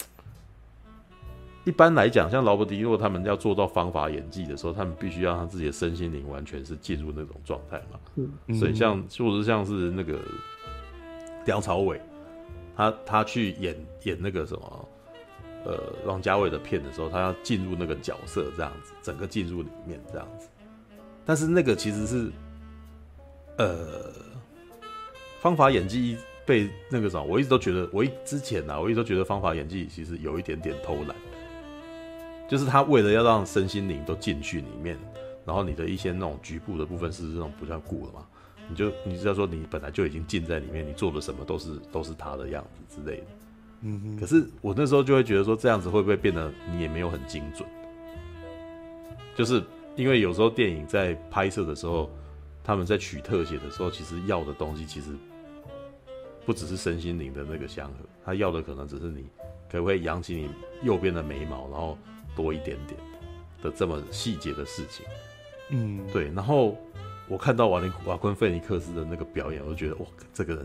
一般来讲，像劳勃迪尼洛他们要做到方法演技的时候，他们必须要让自己的身心灵完全是进入那种状态嘛。嗯，所以像就是像是那个梁朝伟，他他去演演那个什么。呃，王家卫的片的时候，他要进入那个角色，这样子，整个进入里面这样子。但是那个其实是呃，方法演技被那个什么，我一直都觉得，我一之前啊，我一直都觉得方法演技其实有一点点偷懒，就是他为了要让身心灵都进去里面，然后你的一些那种局部的部分是这种不叫顾了嘛，你就你知道说你本来就已经浸在里面，你做的什么都是都是他的样子之类的。嗯哼。可是我那时候就会觉得说，这样子会不会变得你也没有很精准？就是因为有时候电影在拍摄的时候，他们在取特写的时候，其实要的东西其实不只是身心灵的那个相合，他要的可能只是你可不可以扬起你右边的眉毛，然后多一点点的这么细节的事情。嗯，对。然后我看到瓦林瓦昆费尼克斯的那个表演，我就觉得哇，这个人，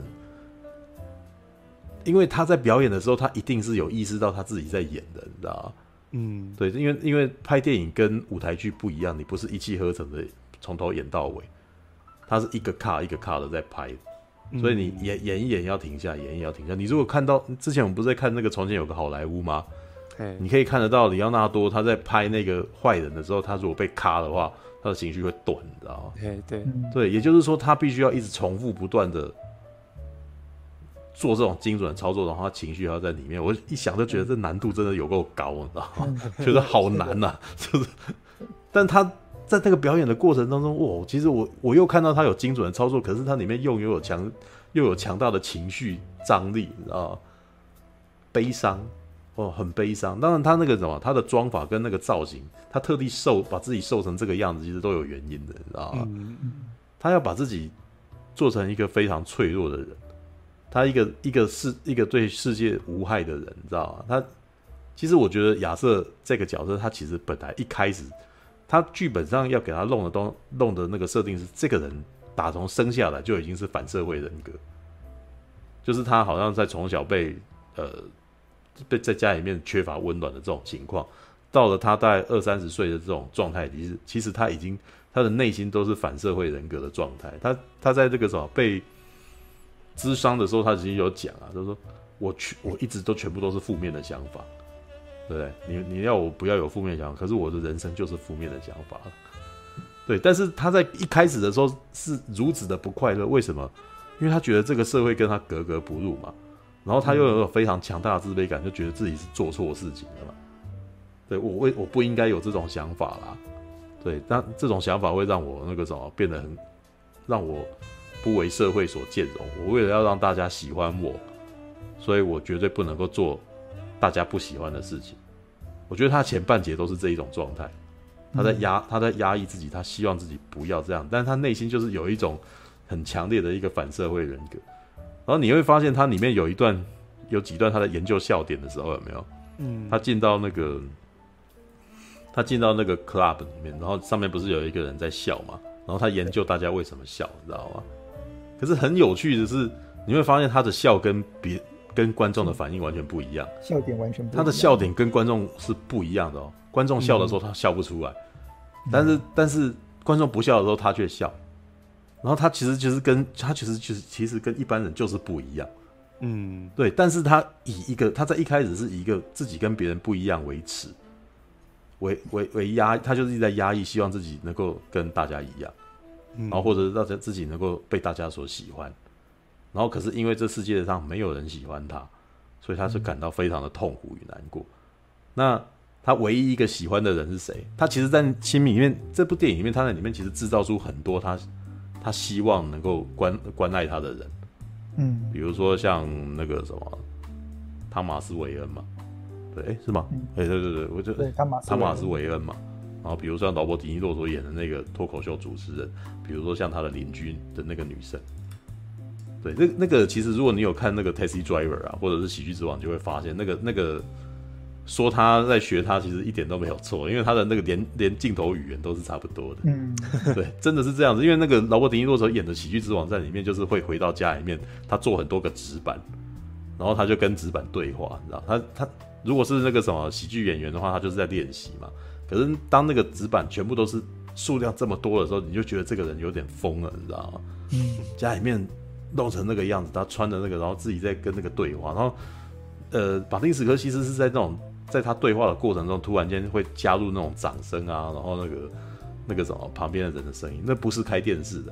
因为他在表演的时候，他一定是有意识到他自己在演的，你知道吗？嗯，对，因为因为拍电影跟舞台剧不一样，你不是一气呵成的从头演到尾，他是一个卡一个卡的在拍，所以你演演一演要停下，演一演要停下。你如果看到之前我们不是在看那个从前有个好莱坞吗？你可以看得到里奥纳多他在拍那个坏人的时候，他如果被卡的话，他的情绪会断，你知道吗？对对对，也就是说他必须要一直重复不断的做这种精准的操作，然后他情绪要在里面。我一想就觉得这难度真的有够高，你知道吗？觉得好难呐、啊，就是。但他在那个表演的过程当中，哇，其实我我又看到他有精准的操作，可是他里面又有强又有强大的情绪张力，你知道吗？悲伤。哦，很悲伤。当然，他那个什么，他的妆法跟那个造型，他特地瘦，把自己瘦成这个样子，其实都有原因的，你知道吗？嗯嗯、他要把自己做成一个非常脆弱的人，他一个一个世一个对世界无害的人，你知道吗？他其实我觉得亚瑟这个角色，他其实本来一开始，他剧本上要给他弄的东弄的那个设定是，这个人打从生下来就已经是反社会人格，就是他好像在从小被呃。被在家里面缺乏温暖的这种情况，到了他大概二三十岁的这种状态，其实其实他已经他的内心都是反社会人格的状态。他他在这个什么被諮商的时候，他已经有讲啊，就是说我去我一直都全部都是负面的想法，对不对？你你要我不要有负面的想法，可是我的人生就是负面的想法，对。但是他在一开始的时候是如此的不快乐，为什么？因为他觉得这个社会跟他格格不入嘛。然后他又有非常强大的自卑感，就觉得自己是做错事情了嘛。对，我为我不应该有这种想法啦。对，但这种想法会让我那个什么变得很，让我不为社会所兼容。我为了要让大家喜欢我，所以我绝对不能够做大家不喜欢的事情。我觉得他前半节都是这一种状态，他在压他在压抑自己，他希望自己不要这样，但是他内心就是有一种很强烈的一个反社会人格。然后你会发现，它里面有一段，有几段他在研究笑点的时候，有没有？嗯，他进到那个，他进到那个 club 里面，然后上面不是有一个人在笑嘛？然后他研究大家为什么笑，你知道吗？可是很有趣的是，你会发现他的笑跟别跟观众的反应完全不一样， 笑点完全不一样。 他的笑点跟观众是不一样的哦。观众笑的时候他笑不出来，嗯、但是但是观众不笑的时候他却笑。然后他其实就是跟他其实就是其实跟一般人就是不一样，嗯，对。但是他以一个他在一开始是以一个自己跟别人不一样为耻，为为为压，他就是一直在压抑，希望自己能够跟大家一样，然后或者让自己能够被大家所喜欢。然后可是因为这世界上没有人喜欢他，所以他是感到非常的痛苦与难过。那他唯一一个喜欢的人是谁？他其实在心里面，这部电影里面，他在里面其实制造出很多他。他希望能够关关爱他的人，嗯，比如说像那个什么汤马斯韦恩嘛，对，哎、欸、是吗？哎、嗯欸、对对对，我就对汤马斯汤马斯韦恩嘛，然后比如说像劳勃迪尼洛所演的那个脱口秀主持人，比如说像他的邻居的那个女生，对，那那个其实如果你有看那个 Taxi Driver 啊，或者是喜剧之王，就会发现那个那个。说他在学他，其实一点都没有错，因为他的那个连连镜头语言都是差不多的。嗯，对，真的是这样子。因为那个劳勃迪尼洛所演的喜剧之王在里面，就是会回到家里面，他做很多个纸板，然后他就跟纸板对话，你知道？他他如果是那个什么喜剧演员的话，他就是在练习嘛。可是当那个纸板全部都是数量这么多的时候，你就觉得这个人有点疯了，你知道吗？嗯，家里面弄成那个样子，他穿的那个，然后自己在跟那个对话，然后呃，马丁·史科西斯是在那种。在他对话的过程中，突然间会加入那种掌声啊，然后那个那个什么旁边的人的声音，那不是开电视的，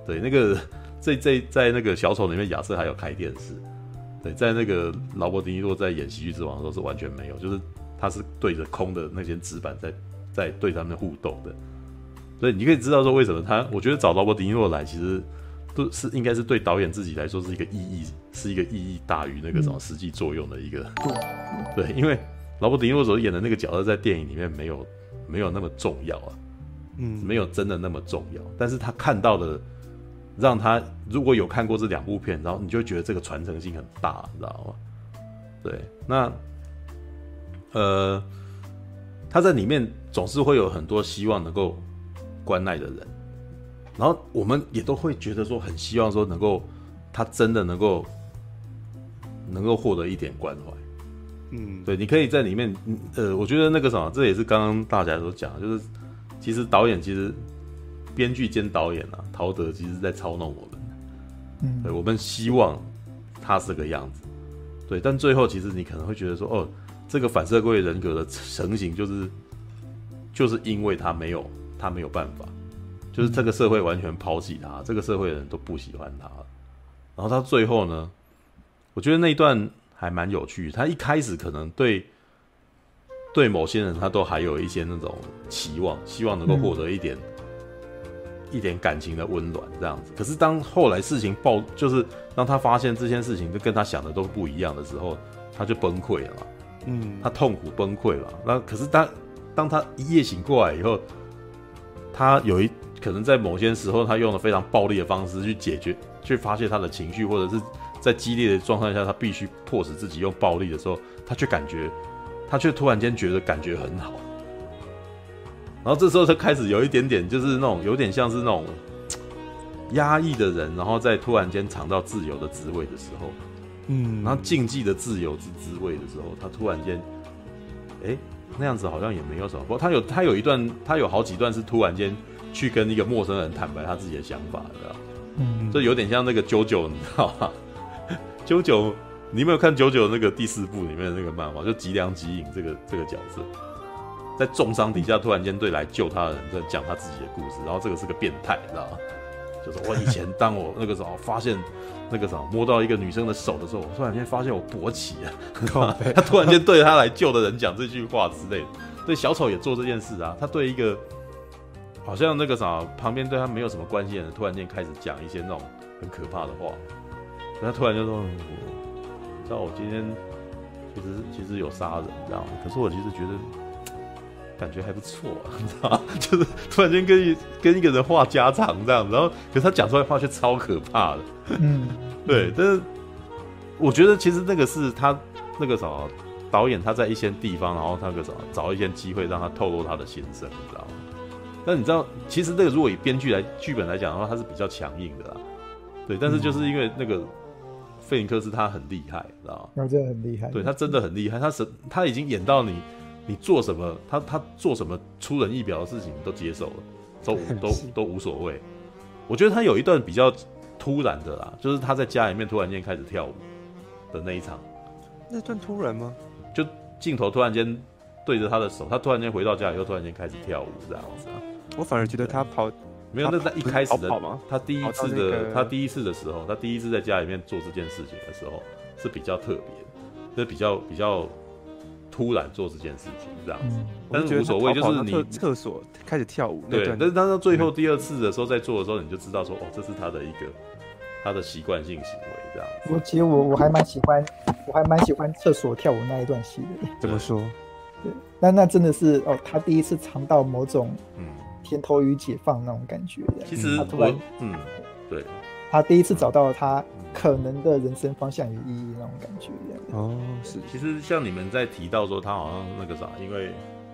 对，那个在在在那个小丑里面，亚瑟还有开电视。对，在那个劳勃迪尼洛在演《喜剧之王》的时候是完全没有，就是他是对着空的那些纸板在在对他们互动的，所以你可以知道说为什么他，我觉得找劳勃迪尼洛来其实都是应该是对导演自己来说是一个意义，是一个意义大于那个什么实际作用的一个，嗯、对，因为劳勃迪尼洛所演的那个角色在电影里面没有没有那么重要啊，嗯，没有真的那么重要，但是他看到的。让他如果有看过这两部片，然后你就会觉得这个传承性很大，你知道吗？对，那呃，他在里面总是会有很多希望能够关爱的人，然后我们也都会觉得说很希望说能够他真的能够能够获得一点关怀。嗯，对，你可以在里面，呃，我觉得那个什么，这也是刚刚大家所讲的，就是其实导演其实。编剧兼导演啊，陶德其实在操弄我们，嗯，对，我们希望他是这个样子，对，但最后其实你可能会觉得说，哦，这个反社会人格的成型就是就是因为他没有他没有办法，就是这个社会完全抛弃他，这个社会的人都不喜欢他，然后他最后呢，我觉得那一段还蛮有趣，他一开始可能对对某些人他都还有一些那种期望，希望能够获得一点。嗯一点感情的温暖这样子，可是当后来事情爆，就是当他发现这件事情就跟他想的都不一样的时候，他就崩溃了嘛，嗯，他痛苦崩溃了。那可是当当他一夜醒过来以后，他有一可能在某些时候，他用了非常暴力的方式去解决，去发泄他的情绪，或者是在激烈的状态下，他必须迫使自己用暴力的时候，他却感觉，他却突然间觉得感觉很好。然后这时候他开始有一点点，就是那种有点像是那种压抑的人，然后在突然间尝到自由的滋味的时候，嗯，然后禁忌的自由之滋味的时候，他突然间，哎，那样子好像也没有什么。不过他有他有一段，他有好几段是突然间去跟一个陌生人坦白他自己的想法的，嗯，这有点像那个九九，你知道吗？九九，你有没有看九九那个第四部里面的那个漫画？就吉良吉影这个这个角色。在重伤底下，突然间对来救他的人在讲他自己的故事，然后这个是个变态，你知道吗？就是我以前当我那个时候发现那个什么摸到一个女生的手的时候，我突然间发现我勃起了。他突然间对他来救的人讲这句话之类的。对小丑也做这件事啊，他对一个好像那个啥旁边对他没有什么关系的人，突然间开始讲一些那种很可怕的话，他突然就说：“你知道我今天其实其实有杀人，这样，可是我其实觉得。”感觉还不错、啊，你知道吗？就是突然间跟跟一个人话家常这样，然后可是他讲出来的话却超可怕的。嗯，对。但是我觉得其实那个是他那个什么导演他在一些地方，然后他那个什么找一些机会让他透露他的心声，你知道吗？但你知道，其实那个如果以编剧来剧本来讲的话，他是比较强硬的啦。对，但是就是因为那个费林克斯他很厉害，知道吗？ 他真的很厉害。 对他真的很厉害，他是他已经演到你。你做什么，他他做什么出人意表的事情，你都接受了，都都都无所谓。我觉得他有一段比较突然的啦，就是他在家里面突然间开始跳舞的那一场。 那段突然吗？ 就镜头突然间对着他的手，他突然间回到家以后，突然间开始跳舞这样子啊。 我反而觉得他跑没有，那在一开始的跑跑他第一次的、那个、他第一次的时候，他第一次在家里面做这件事情的时候是比较特别的，就是比较比较。突然做这件事情这样子，嗯、但是无所谓，就是你厕所开始跳舞对，但是他到最后第二次的时候在做的时候，你就知道说，哦，这是他的一个他的习惯性行为这样子。 我其实我我还蛮喜欢，我还蛮喜欢厕所跳舞那一段戏的。 怎么说？ 对，那那真的是哦，他第一次尝到某种嗯甜头与解放那种感觉。 其实我嗯对， 他第一次找到了他可能的人生方向与意义那种感觉。 哦，是。 其实像你们在提到说他好像那个啥，因为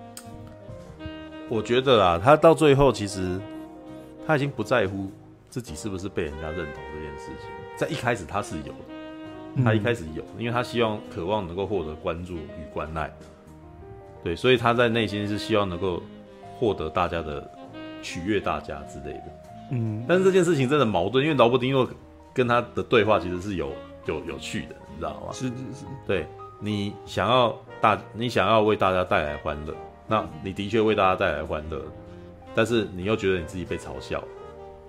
我觉得啊，他到最后其实他已经不在乎自己是不是被人家认同这件事情。在一开始他是有的，他一开始有，因为他希望渴望能够获得关注与关爱，对，所以他在内心是希望能够获得大家的取悦大家之类的。嗯，但是这件事情真的矛盾，因为劳勃迪尼洛跟他的对话其实是有有有趣的。知道吗？ 是是是， 对，你想要大，你想要为大家带来欢乐，那你的确为大家带来欢乐，但是你又觉得你自己被嘲笑，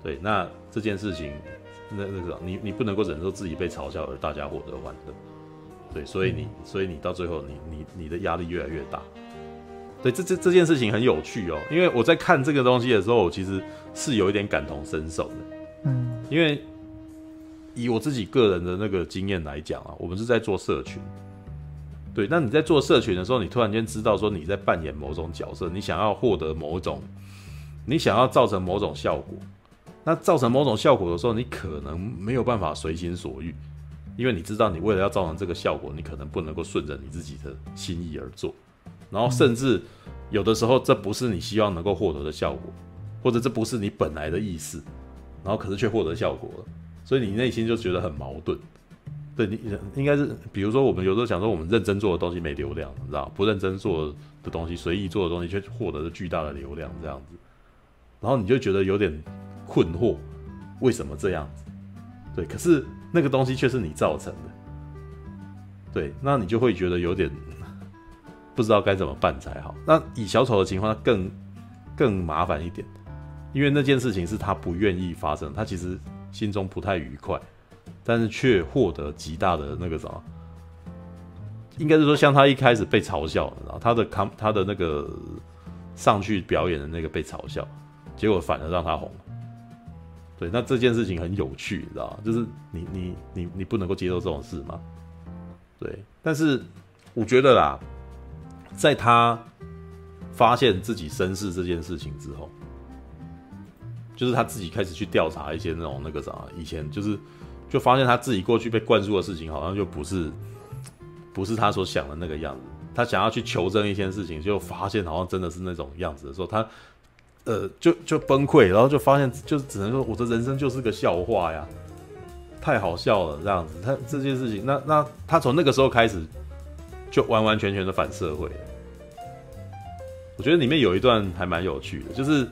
对，那这件事情，那那个你你不能够忍受自己被嘲笑而大家获得欢乐，对，所以你所以你到最后你你你的压力越来越大。对，这这这件事情很有趣哦，因为我在看这个东西的时候，我其实是有一点感同身受的。 嗯， 因为以我自己个人的那个经验来讲啊，我们是在做社群。对，那你在做社群的时候，你突然间知道说你在扮演某种角色，你想要获得某种，你想要造成某种效果。那造成某种效果的时候，你可能没有办法随心所欲，因为你知道你为了要造成这个效果，你可能不能够顺着你自己的心意而做。然后甚至有的时候这不是你希望能够获得的效果，或者这不是你本来的意思，然后可是却获得效果了，所以你内心就觉得很矛盾。对，你应该是比如说我们有时候想说我们认真做的东西没流量，你知道，不认真做的东西随意做的东西却获得了巨大的流量这样子，然后你就觉得有点困惑，为什么这样子？对，可是那个东西却是你造成的，对，那你就会觉得有点不知道该怎么办才好。那以小丑的情况更更麻烦一点，因为那件事情是他不愿意发生，他其实心中不太愉快，但是却获得极大的那个什么，应该是说像他一开始被嘲笑，然后他的他的那个上去表演的那个被嘲笑，结果反而让他红了。对，那这件事情很有趣，你知道吗？就是你你你你不能够接受这种事吗？对，但是我觉得啦，在他发现自己身世这件事情之后，就是他自己开始去调查一些那种那个啥，以前就是就发现他自己过去被灌输的事情，好像就不是不是他所想的那个样子。他想要去求证一件事情，就发现好像真的是那种样子的时候，他呃就就崩溃，然后就发现就只能说我的人生就是个笑话呀，太好笑了这样子。他这件事情，那那他从那个时候开始就完完全全的反社会了。我觉得里面有一段还蛮有趣的，就是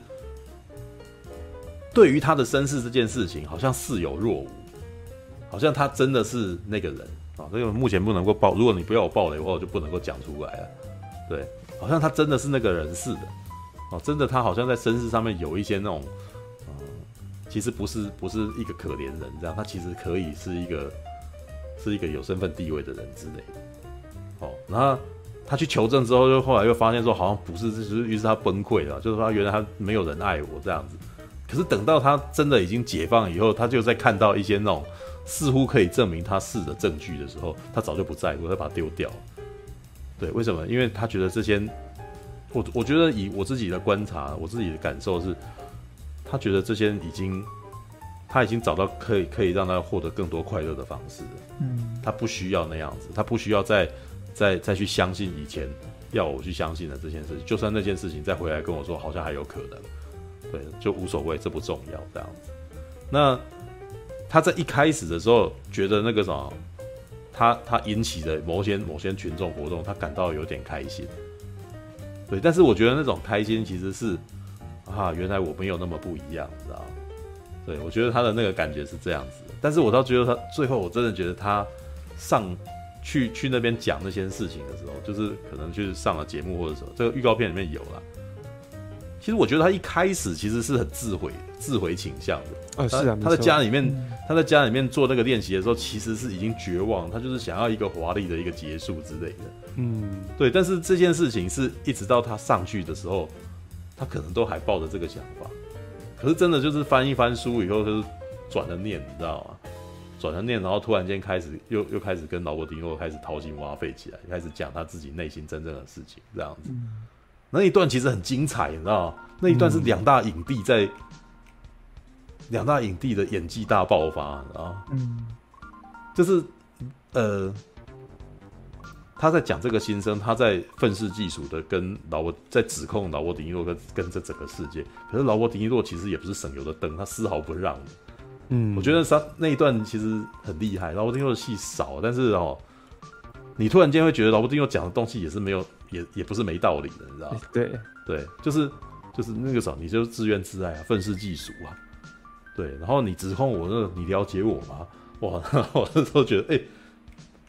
对于他的身世这件事情，好像似有若无，好像他真的是那个人啊。这个目前不能够爆，如果你不要我爆雷的话，我就不能够讲出来了。对，好像他真的是那个人似的，哦，真的他好像在身世上面有一些那种，嗯，其实不是不是一个可怜人这样，他其实可以是一个是一个有身份地位的人之类的。哦，然后他去求证之后，就后来又发现说好像不是，就是于是他崩溃了，就是说原来他没有人爱我这样子。可是等到他真的已经解放以后，他就在看到一些那种似乎可以证明他是的证据的时候，他早就不在乎，他把它丢掉了。对，为什么？因为他觉得这些，我我觉得以我自己的观察，我自己的感受是，他觉得这些已经，他已经找到可以可以让他获得更多快乐的方式了。嗯，他不需要那样子，他不需要再再再去相信以前要我去相信的这件事情，就算那件事情再回来跟我说，好像还有可能。对，就无所谓，这不重要，这样子。那他在一开始的时候觉得那个什么，他他引起的某些某些群众活动，他感到有点开心。对，但是我觉得那种开心其实是啊，原来我没有那么不一样，你知道吗？对，我觉得他的那个感觉是这样子。但是我倒觉得他最后，我真的觉得他上去去那边讲那些事情的时候，就是可能就是上了节目或者什么，这个预告片里面有啦。其实我觉得他一开始其实是很自毁、自毁倾向的。 哦，是啊， 他在家里面，他在家里面做那个练习的时候，其实是已经绝望，他就是想要一个华丽的一个结束之类的。嗯，对。但是这件事情是一直到他上去的时候，他可能都还抱着这个想法。可是真的就是翻一翻书以后，就是转了念，你知道吗？转了念，然后突然间开始又又开始跟劳勃迪诺开始掏心挖肺起来，开始讲他自己内心真正的事情，这样子。嗯，那一段其实很精彩，你知道吗？那一段是两大影帝在两、嗯、大影帝的演技大爆发，你知道吗？嗯，就是呃，他在讲这个心声，他在愤世嫉俗的跟劳勃在指控劳勃迪尼洛跟跟这整个世界，可是劳勃迪尼洛其实也不是省油的灯，他丝毫不让的。嗯，我觉得那一段其实很厉害，劳勃迪尼洛的戏少，但是哦，你突然间会觉得劳勃迪尼洛讲的东西也是没有。也也不是没道理的，你知道吗？ 对对，就是就是那个啥，你就自怨自艾啊，愤世嫉俗啊，对，然后你指控我，那你了解我吗？哇，我那时候觉得，哎、欸，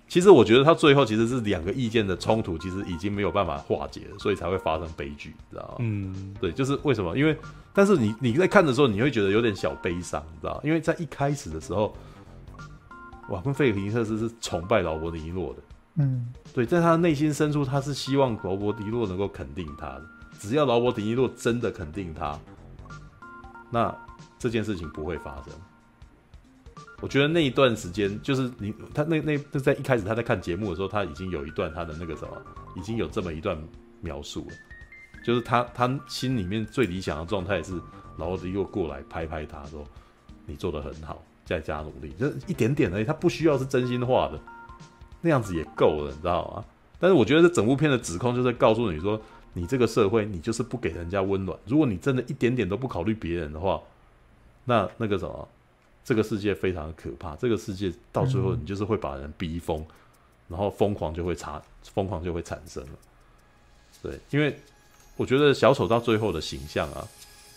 其实我觉得他最后其实是两个意见的冲突，其实已经没有办法化解了，所以才会发生悲剧，知道吗？ 嗯， 对，就是为什么？因为但是你你在看的时候，你会觉得有点小悲伤，你知道吗？因为在一开始的时候，瓦昆费里克斯是崇拜劳勃迪洛的， 嗯， 对，在他的内心深处，他是希望劳勃迪洛能够肯定他的。只要劳勃迪洛真的肯定他，那这件事情不会发生。我觉得那一段时间，就是你他那那那在一开始他在看节目的时候，他已经有一段他的那个什么，已经有这么一段描述了，就是他他心里面最理想的状态是劳勃迪洛过来拍拍他说：“你做得很好，再加努力。”就是一点点而已，他不需要是真心话的，那样子也够了，你知道吗？但是我觉得这整部片的指控就是在告诉你说，你这个社会你就是不给人家温暖。如果你真的一点点都不考虑别人的话，那那个什么。这个世界非常的可怕，这个世界到最后你就是会把人逼疯，然后疯狂就会产疯狂就会产生了。对，因为我觉得小丑到最后的形象啊，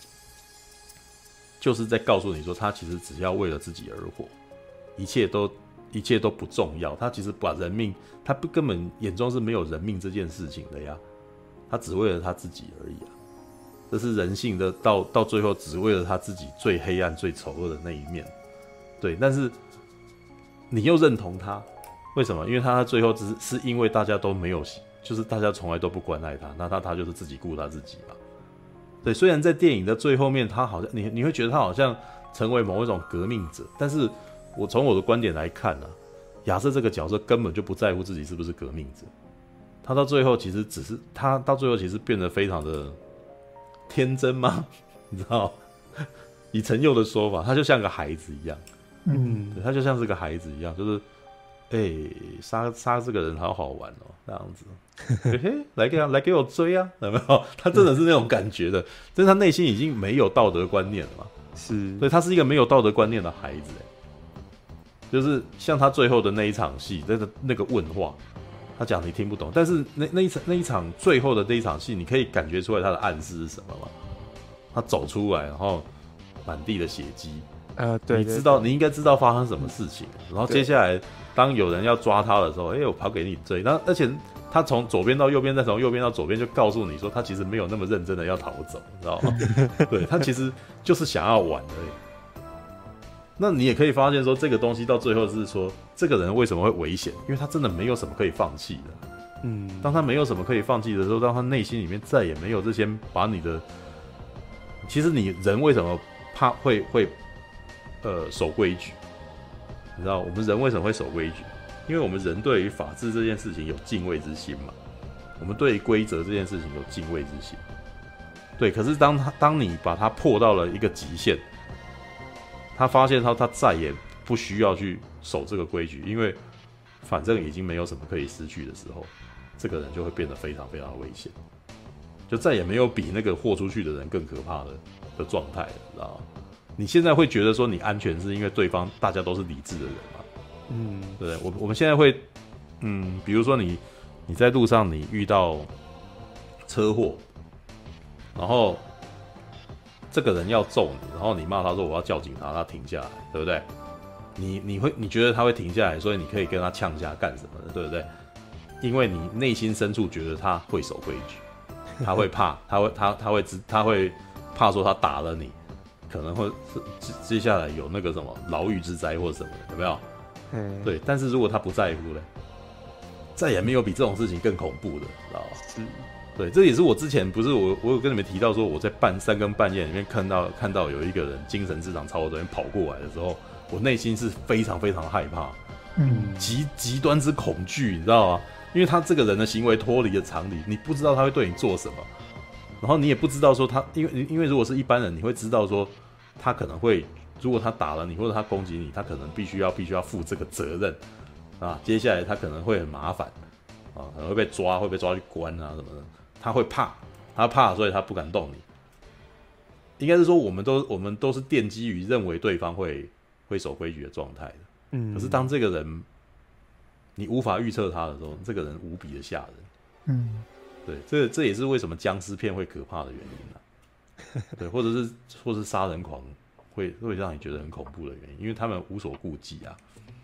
就是在告诉你说，他其实只要为了自己而活，一切都一切都不重要。他其实把人命，他不根本眼中是没有人命这件事情的呀，他只为了他自己而已啊。这是人性的到到最后只为了他自己最黑暗最丑恶的那一面，对，但是你又认同他，为什么？因为他最后只是是因为大家都没有，就是大家从来都不关爱他，那他他就是自己顾他自己嘛。对，虽然在电影的最后面，他好像你你会觉得他好像成为某一种革命者，但是我从我的观点来看啊，亚瑟这个角色根本就不在乎自己是不是革命者，他到最后其实只是他到最后其实变得非常的天真吗？你知道，以陈佑的说法，他就像个孩子一样， 嗯， 对，他就像是个孩子一样，就是，哎、欸，杀杀这个人好好玩哦，这样子，嘿嘿，来给来给我追啊，有没有？他真的是那种感觉的，但是他内心已经没有道德观念了嘛， 是， 所以他是一个没有道德观念的孩子，就是像他最后的那一场戏，那个那个问话。他讲你听不懂，但是那那一场那一场最后的那一场戏，你可以感觉出来他的暗示是什么吗？他走出来，然后满地的血迹， 呃，对， 你知道，你应该知道发生什么事情。然后接下来，当有人要抓他的时候，哎、欸，我跑给你追。那而且他从左边到右边，再从右边到左边，就告诉你说，他其实没有那么认真的要逃走，你知道吗？对，他其实就是想要玩而已。那你也可以发现说，这个东西到最后是说，这个人为什么会危险？因为他真的没有什么可以放弃的。 嗯， 当他没有什么可以放弃的时候，当他内心里面再也没有这些把你的，其实你人为什么怕会会呃守规矩？你知道我们人为什么会守规矩？因为我们人对于法治这件事情有敬畏之心嘛，我们对于规则这件事情有敬畏之心。对，可是当他当你把它破到了一个极限。他发现他他再也不需要去守这个规矩，因为反正已经没有什么可以失去的时候，这个人就会变得非常非常危险，就再也没有比那个豁出去的人更可怕的的状态了，知道吗？你现在会觉得说你安全是因为对方大家都是理智的人嘛？ 嗯， 对，我我们现在会，嗯，比如说你你在路上你遇到车祸，然后。这个人要揍你，然后你骂他说我要叫警察，他停下来，对不对？你你会你觉得他会停下来，所以你可以跟他呛下干什么的，对不对？因为你内心深处觉得他会守规矩，他会怕，他会他他会他会怕说他打了你，可能会接下来有那个什么牢狱之灾或什么的，有没有？ 嗯， 对。但是如果他不在乎嘞，再也没有比这种事情更恐怖的，知道吧？ 是。 对，这也是我之前不是我我有跟你们提到说，我在半三更半夜里面看到看到有一个人精神失常朝我这边跑过来的时候，我内心是非常非常害怕， 嗯， 极极端之恐惧，你知道吗？因为他这个人的行为脱离了常理，你不知道他会对你做什么，然后你也不知道说他，因为因为如果是一般人，你会知道说他可能会，如果他打了你或者他攻击你，他可能必须要必须要负这个责任啊，接下来他可能会很麻烦啊，可能会被抓，会被抓去关啊什么的。他会怕，他怕，所以他不敢动你。应该是说，我们都我们都是奠基于认为对方会会守规矩的状态的。 嗯， 可是当这个人你无法预测他的时候，这个人无比的吓人。 嗯， 对，这这也是为什么僵尸片会可怕的原因啊。对，或者是或是杀人狂会会让你觉得很恐怖的原因，因为他们无所顾忌啊。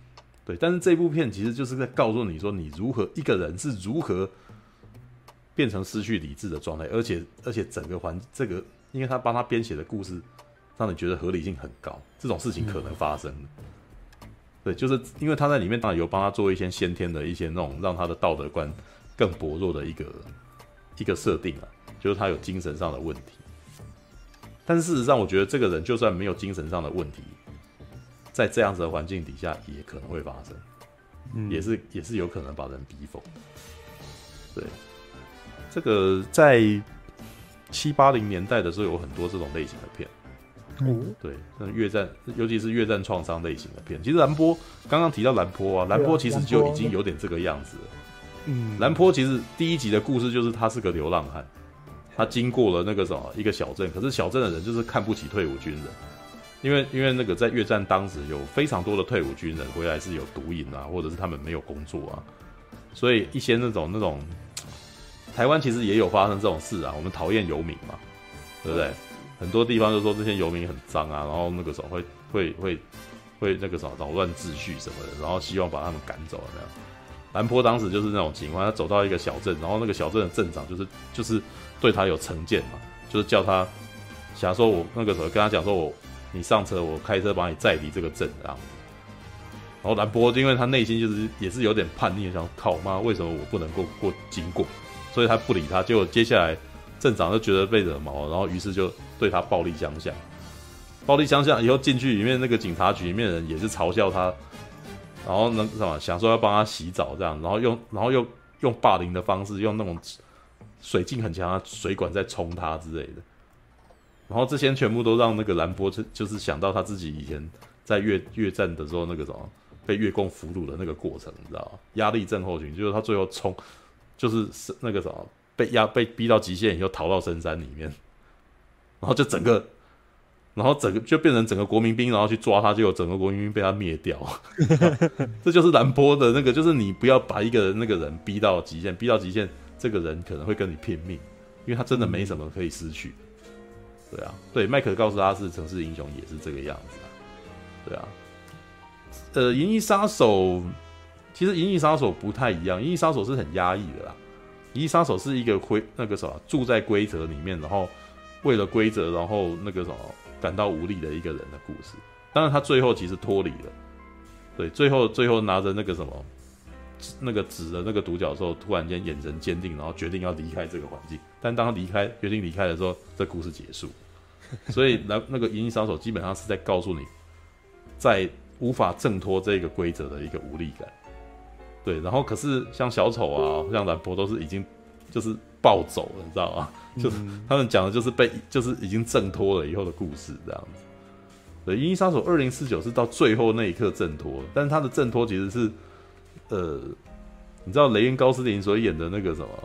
对，但是这部片其实就是在告诉你说，你如何一个人是如何变成失去理智的状态，而且而且整个环这个，因为他帮他编写的故事，让你觉得合理性很高，这种事情可能发生的。嗯、对，就是因为他在里面当然有帮他做一些先天的一些那种让他的道德观更薄弱的一个一个设定啊，就是他有精神上的问题。但是事实上，我觉得这个人就算没有精神上的问题，在这样子的环境底下也可能会发生，嗯、也是也是有可能把人逼疯。对，这个在七八零年代的时候有很多这种类型的片。 嗯， 对，越战，尤其是越战创伤类型的片。其实兰波刚刚提到兰波啊，兰波其实就已经有点这个样子了。嗯，兰波其实第一集的故事就是他是个流浪汉，他经过了那个什么一个小镇，可是小镇的人就是看不起退伍军人。因为因为那个在越战当时有非常多的退伍军人回来是有毒瘾啊，或者是他们没有工作啊，所以一些那种那种台湾其实也有发生这种事啊。我们讨厌游民嘛，对不对？很多地方就说这些游民很脏啊，然后那个什么会会会会那个什么扰乱秩序什么的，然后希望把他们赶走那样。兰坡当时就是那种情况，他走到一个小镇，然后那个小镇的镇长就是就是对他有成见嘛，就是叫他想说我那个时候跟他讲说我。你上车，我开车把你载离这个镇这样子。然后兰波因为他内心就是也是有点叛逆，想靠妈为什么我不能够过经过，所以他不理他。结果接下来镇长就觉得被惹毛，然后于是就对他暴力相向。暴力相向以后进去里面那个警察局里面的人也是嘲笑他，然后呢什么想说要帮他洗澡这样，然后用然后又用霸凌的方式，用那种水劲很强的水管在冲他之类的。然后这些全部都让那个兰波就是想到他自己以前在越越战的时候那个什么被越共俘虏的那个过程，你知道吗？压力症候群，就是他最后冲，就是那个什么被压被逼到极限以后逃到深山里面，然后就整个，然后整个就变成整个国民兵，然后去抓他，结果整个国民兵被他灭掉。这就是兰波的那个，就是你不要把一个那个人逼到极限，逼到极限，这个人可能会跟你拼命，因为他真的没什么可以失去。对啊，对，麦克告诉他是城市英雄也是这个样子啊，对啊，呃，银翼杀手其实银翼杀手不太一样，银翼杀手是很压抑的啦，银翼杀手是一个规那个什么住在规则里面，然后为了规则，然后那个什么感到无力的一个人的故事。当然他最后其实脱离了，对，最后最后拿着那个什么那个纸的那个独角兽，突然间眼神坚定，然后决定要离开这个环境。但当他离开决定离开的时候，这故事结束。所以那那个银翼杀手基本上是在告诉你，在无法挣脱这个规则的一个无力感。对，然后可是像小丑啊，像兰博都是已经就是暴走了，你知道吗？就是他们讲的就是被就是已经挣脱了以后的故事这样子。对，银翼杀手二零四九是到最后那一刻挣脱，但是他的挣脱其实是呃，你知道雷恩高斯林所演的那个什么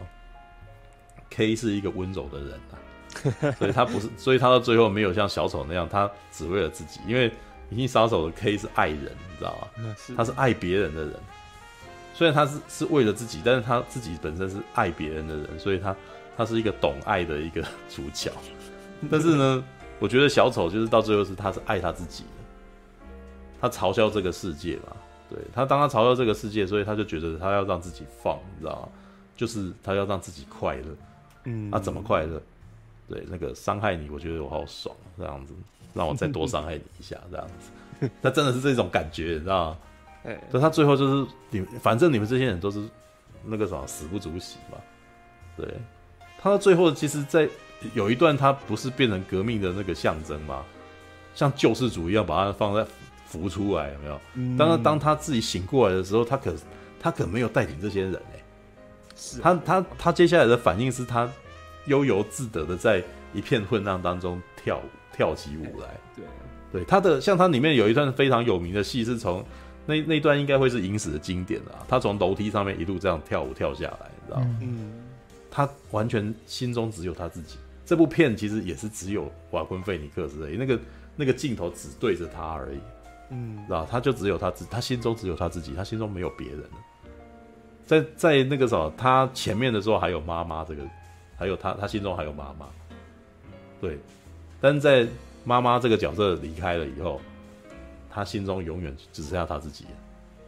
K 是一个温柔的人啊。所以他不是，所以他到最后没有像小丑那样，他只为了自己。因为银翼杀手的 K 是爱人，你知道吗？他是爱别人的人。虽然他是是为了自己，但是他自己本身是爱别人的人，所以他他是一个懂爱的一个主角。但是呢，我觉得小丑就是到最后是他是爱他自己的，他嘲笑这个世界嘛。对他，当他嘲笑这个世界，所以他就觉得他要让自己放，你知道吗？就是他要让自己快乐。嗯，他怎么快乐？对，那个伤害你，我觉得我好爽，这样子，让我再多伤害你一下，这样子，他真的是这种感觉，你知道吗？哎，所以他最后就是你，反正你们这些人都是那个什么死不足惜嘛。对，他到最后其实，在有一段他不是变成革命的那个象征嘛，像救世主一样把他放在浮出来，有没有？嗯、当他当他自己醒过来的时候，他可他可没有带领这些人哎、欸，是、啊、他他他接下来的反应是他。悠游自得的在一片混乱当中跳舞跳起舞来，对对，他的像他里面有一段非常有名的戏，是从那那段应该会是影史的经典啊，他从楼梯上面一路这样跳舞跳下来，你知道吗？嗯，他完全心中只有他自己。这部片其实也是只有瓦昆费尼克斯而已，那个那个镜头只对着他而已，嗯，知道他就只有他自，他心中只有他自己，他心中没有别人了。在在那个什么，他前面的时候还有妈妈这个。还有他，他心中还有妈妈，对，但是在妈妈这个角色离开了以后，他心中永远只剩下他自己了，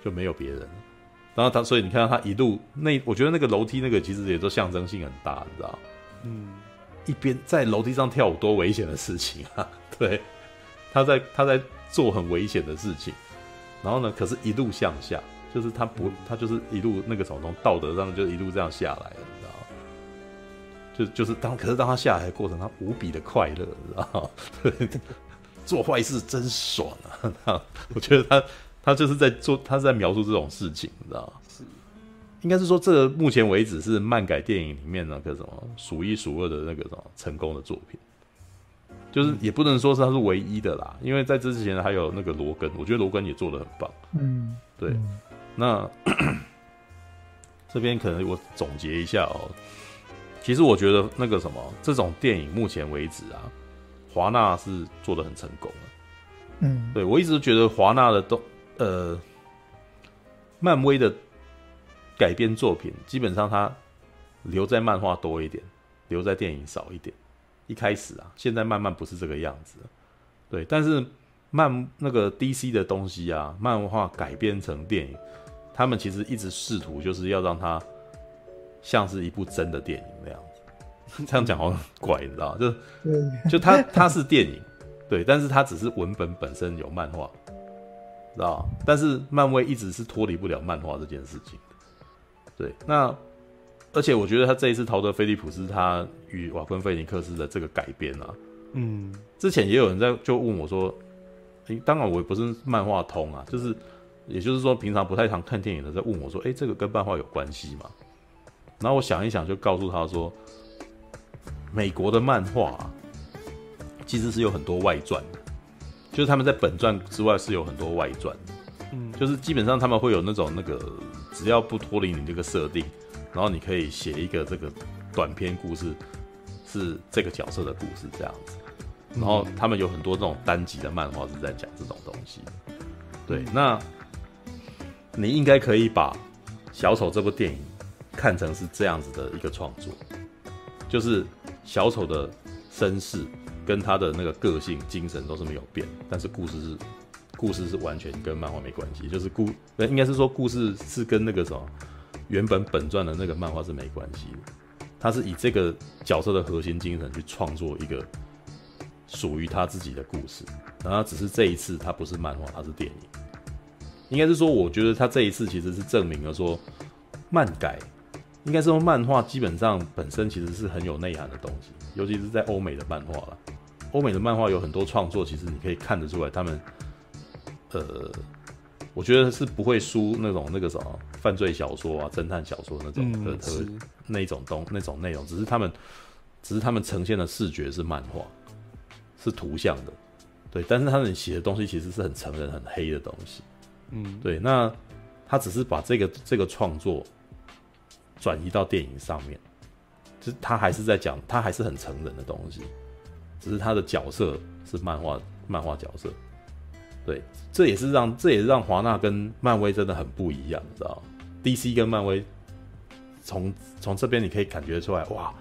就没有别人了。然后他，所以你看到他一路那，我觉得那个楼梯那个其实也都象征性很大，你知道？嗯，一边在楼梯上跳舞多危险的事情啊！对，他在他在做很危险的事情，然后呢，可是一路向下，就是他不，他就是一路那个从从道德上就一路这样下来了，你知道？就就是当，可是当他下来的过程，他无比的快乐，你知道？对，做坏事真爽啊！我觉得他他就是在做，他是在描述这种事情，你知道？是，应该是说这个目前为止是漫改电影里面那个什么数一数二的那个什么成功的作品。就是也不能说是他是唯一的啦，因为在这之前还有那个罗根，我觉得罗根也做得很棒。嗯，对。嗯、那这边可能我总结一下哦，其实我觉得那个什么这种电影目前为止啊，华纳是做得很成功的。嗯，对我一直觉得华纳的都呃，漫威的改编作品基本上它留在漫画多一点，留在电影少一点。一开始啊，现在慢慢不是这个样子了，对。但是漫那个 D C 的东西啊，漫画改编成电影，他们其实一直试图就是要让它像是一部真的电影那样子。这样讲好像很怪，你知道吗？就就它它是电影，对，但是它只是文本本身有漫画，知道吗？但是漫威一直是脱离不了漫画这件事情的，对。那而且我觉得他这一次陶德·菲利普斯他与瓦昆·菲尼克斯的这个改编啊，嗯，之前也有人在就问我说，欸、当然我也不是漫画通啊，就是也就是说平常不太常看电影的在问我说，哎、欸，这个跟漫画有关系吗？然后我想一想，就告诉他说，美国的漫画、啊、其实是有很多外传的，就是他们在本传之外是有很多外传的，嗯，就是基本上他们会有那种那个只要不脱离你这个设定。然后你可以写一个这个短篇故事，是这个角色的故事这样子。然后他们有很多这种单集的漫画是在讲这种东西。对，那你应该可以把小丑这部电影看成是这样子的一个创作，就是小丑的身世跟他的那个个性、精神都是没有变，但是故事是故事是完全跟漫画没关系，就是故应该是说故事是跟那个什么。原本本传的那个漫画是没关系的，他是以这个角色的核心精神去创作一个属于他自己的故事，然后只是这一次他不是漫画，他是电影。应该是说，我觉得他这一次其实是证明了说，漫改应该是说漫画基本上本身其实是很有内涵的东西，尤其是在欧美的漫画啦。欧美的漫画有很多创作，其实你可以看得出来，他们呃。我觉得是不会输那种那个什么犯罪小说啊、侦探小说那种的、嗯、那一种东那种内容，只是他们只是他们呈现的视觉是漫画，是图像的，对。但是他们写的东西其实是很成人、很黑的东西，嗯，对。那他只是把这个这个创作转移到电影上面，就是他还是在讲，他还是很成人的东西，只是他的角色是漫画漫画角色。对，这也是让这也是让华纳跟漫威真的很不一样，你知道吗 ？D C 跟漫威从从这边你可以感觉出来，哇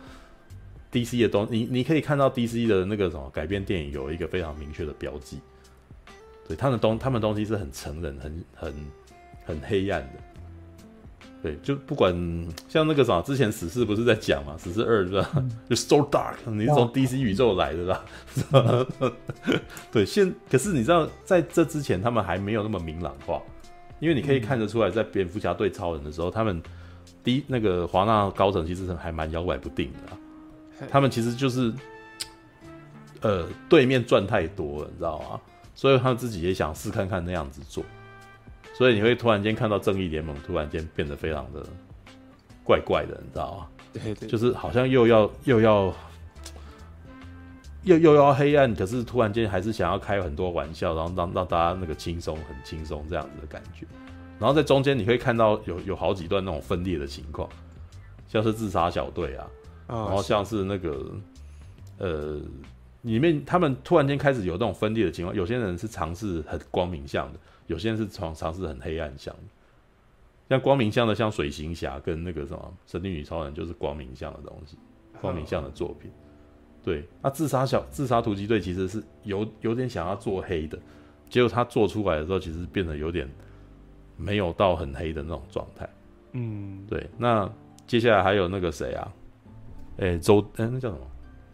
，D C 的东你你可以看到 D C 的那个什么改编电影有一个非常明确的标记，对，他们东他们东西是很成人、很很很黑暗的。对，就不管像那个啥，之前死侍不是在讲嘛，死侍二是吧？嗯、就 so dark， 你是从 D C 宇宙来的啦。嗯、对，现可是你知道，在这之前他们还没有那么明朗化，因为你可以看得出来，在蝙蝠侠对超人的时候，他们第一那个华纳高层其实还蛮摇摆不定的啦。他们其实就是呃对面赚太多了，你知道吗？所以他们自己也想试看看那样子做。所以你会突然间看到正义联盟突然间变得非常的怪怪的，你知道吗？ 对对， 就是好像又要又要又又要黑暗，可是突然间还是想要开很多玩笑，然后让让大家那个轻松很轻松这样子的感觉。然后在中间你会看到有有好几段那种分裂的情况，像是自杀小队啊，哦、然后像是那个呃里面他们突然间开始有那种分裂的情况，有些人是尝试很光明向的。有些人是尝尝试很黑暗向的，像光明向的，像水行侠跟那个什么神力女超人，就是光明向的东西，光明向的作品。对，那、啊、自杀小自杀突击队其实是有有点想要做黑的，结果他做出来的时候，其实变得有点没有到很黑的那种状态。 嗯， 对。那接下来还有那个谁啊？哎、欸，周，哎、欸，那叫什么？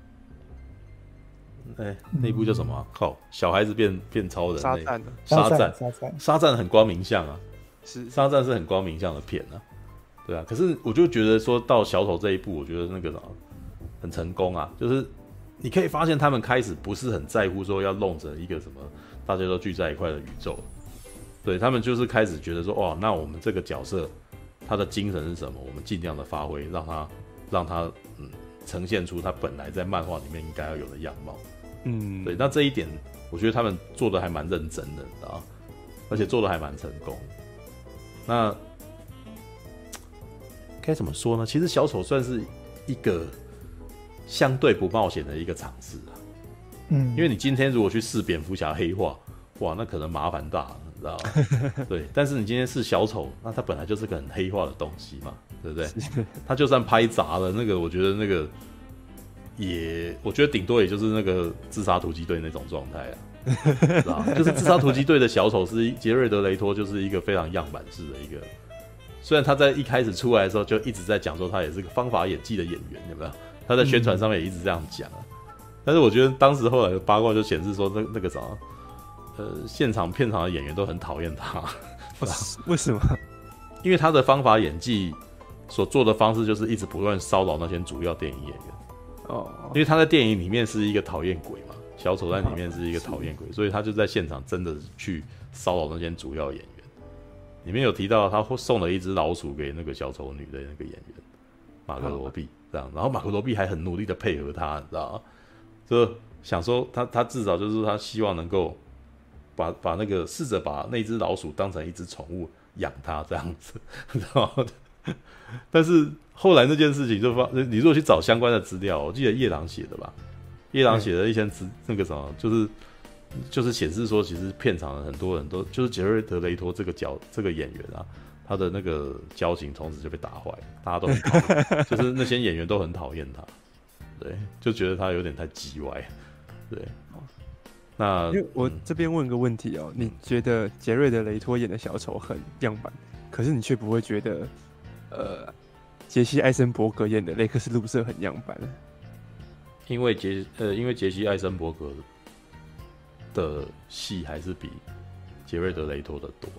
哎、欸，那部叫什么、啊？靠，小孩子变变超人。 沙赞， 沙赞， 沙赞， 沙赞很光明像啊， 是沙赞是很光明像的片啊，对啊。可是我就觉得说到小丑这一部，我觉得那个很成功啊，就是你可以发现他们开始不是很在乎说要弄成一个什么大家都聚在一块的宇宙，对他们就是开始觉得说，哦，那我们这个角色他的精神是什么？我们尽量的发挥，让他让他嗯呈现出他本来在漫画里面应该要有的样貌。 嗯， 对，那这一点我觉得他们做的还蛮认真的，你知道，而且做的还蛮成功。那该怎么说呢？其实小丑算是一个相对不冒险的一个尝试啊。嗯，因为你今天如果去试蝙蝠侠黑化，哇，那可能麻烦大了，你知道吗？对，但是你今天是小丑，那他本来就是个很黑化的东西嘛，对不对？他就算拍砸了，那个我觉得那个。也，我觉得顶多也就是那个自杀突击队那种状态啊，知道就是自杀突击队的小丑是杰瑞德雷托，就是一个非常样板式的一个。虽然他在一开始出来的时候就一直在讲说他也是个方法演技的演员，有没有？他在宣传上面也一直这样讲啊。但是我觉得当时后来的八卦就显示说，那那个啥，呃，现场片场的演员都很讨厌他。 为什么？ 因为他的方法演技所做的方式就是一直不断骚扰那些主要电影演员。哦，因为他在电影里面是一个讨厌鬼嘛，小丑在里面是一个讨厌鬼，所以他就在现场真的去骚扰那些主要演员。里面有提到他送了一只老鼠给那个小丑女的那个演员马克罗毕，这样，然后马克罗毕还很努力的配合他，你知道吗？就想说他他至少就是他希望能够把把那个试着把那只老鼠当成一只宠物养它这样子，你知道吗？但是后来那件事情就发，你如果去找相关的资料，我记得叶朗写的吧，叶朗写的一些资那个什么，就是就是显示说，其实片场的很多人都就是杰瑞德雷托这个角这个演员啊，他的那个交情从此就被打坏了，大家都很讨厌，就是那些演员都很讨厌他，对，就觉得他有点太叽歪，对。那我这边问个问题哦，你觉得杰瑞德雷托演的小丑很样板，可是你却不会觉得？呃，杰西·艾森伯格演的雷克斯·路瑟很样板， 因为杰呃，因为杰西·艾森伯格的戏还是比杰瑞德·雷托的多。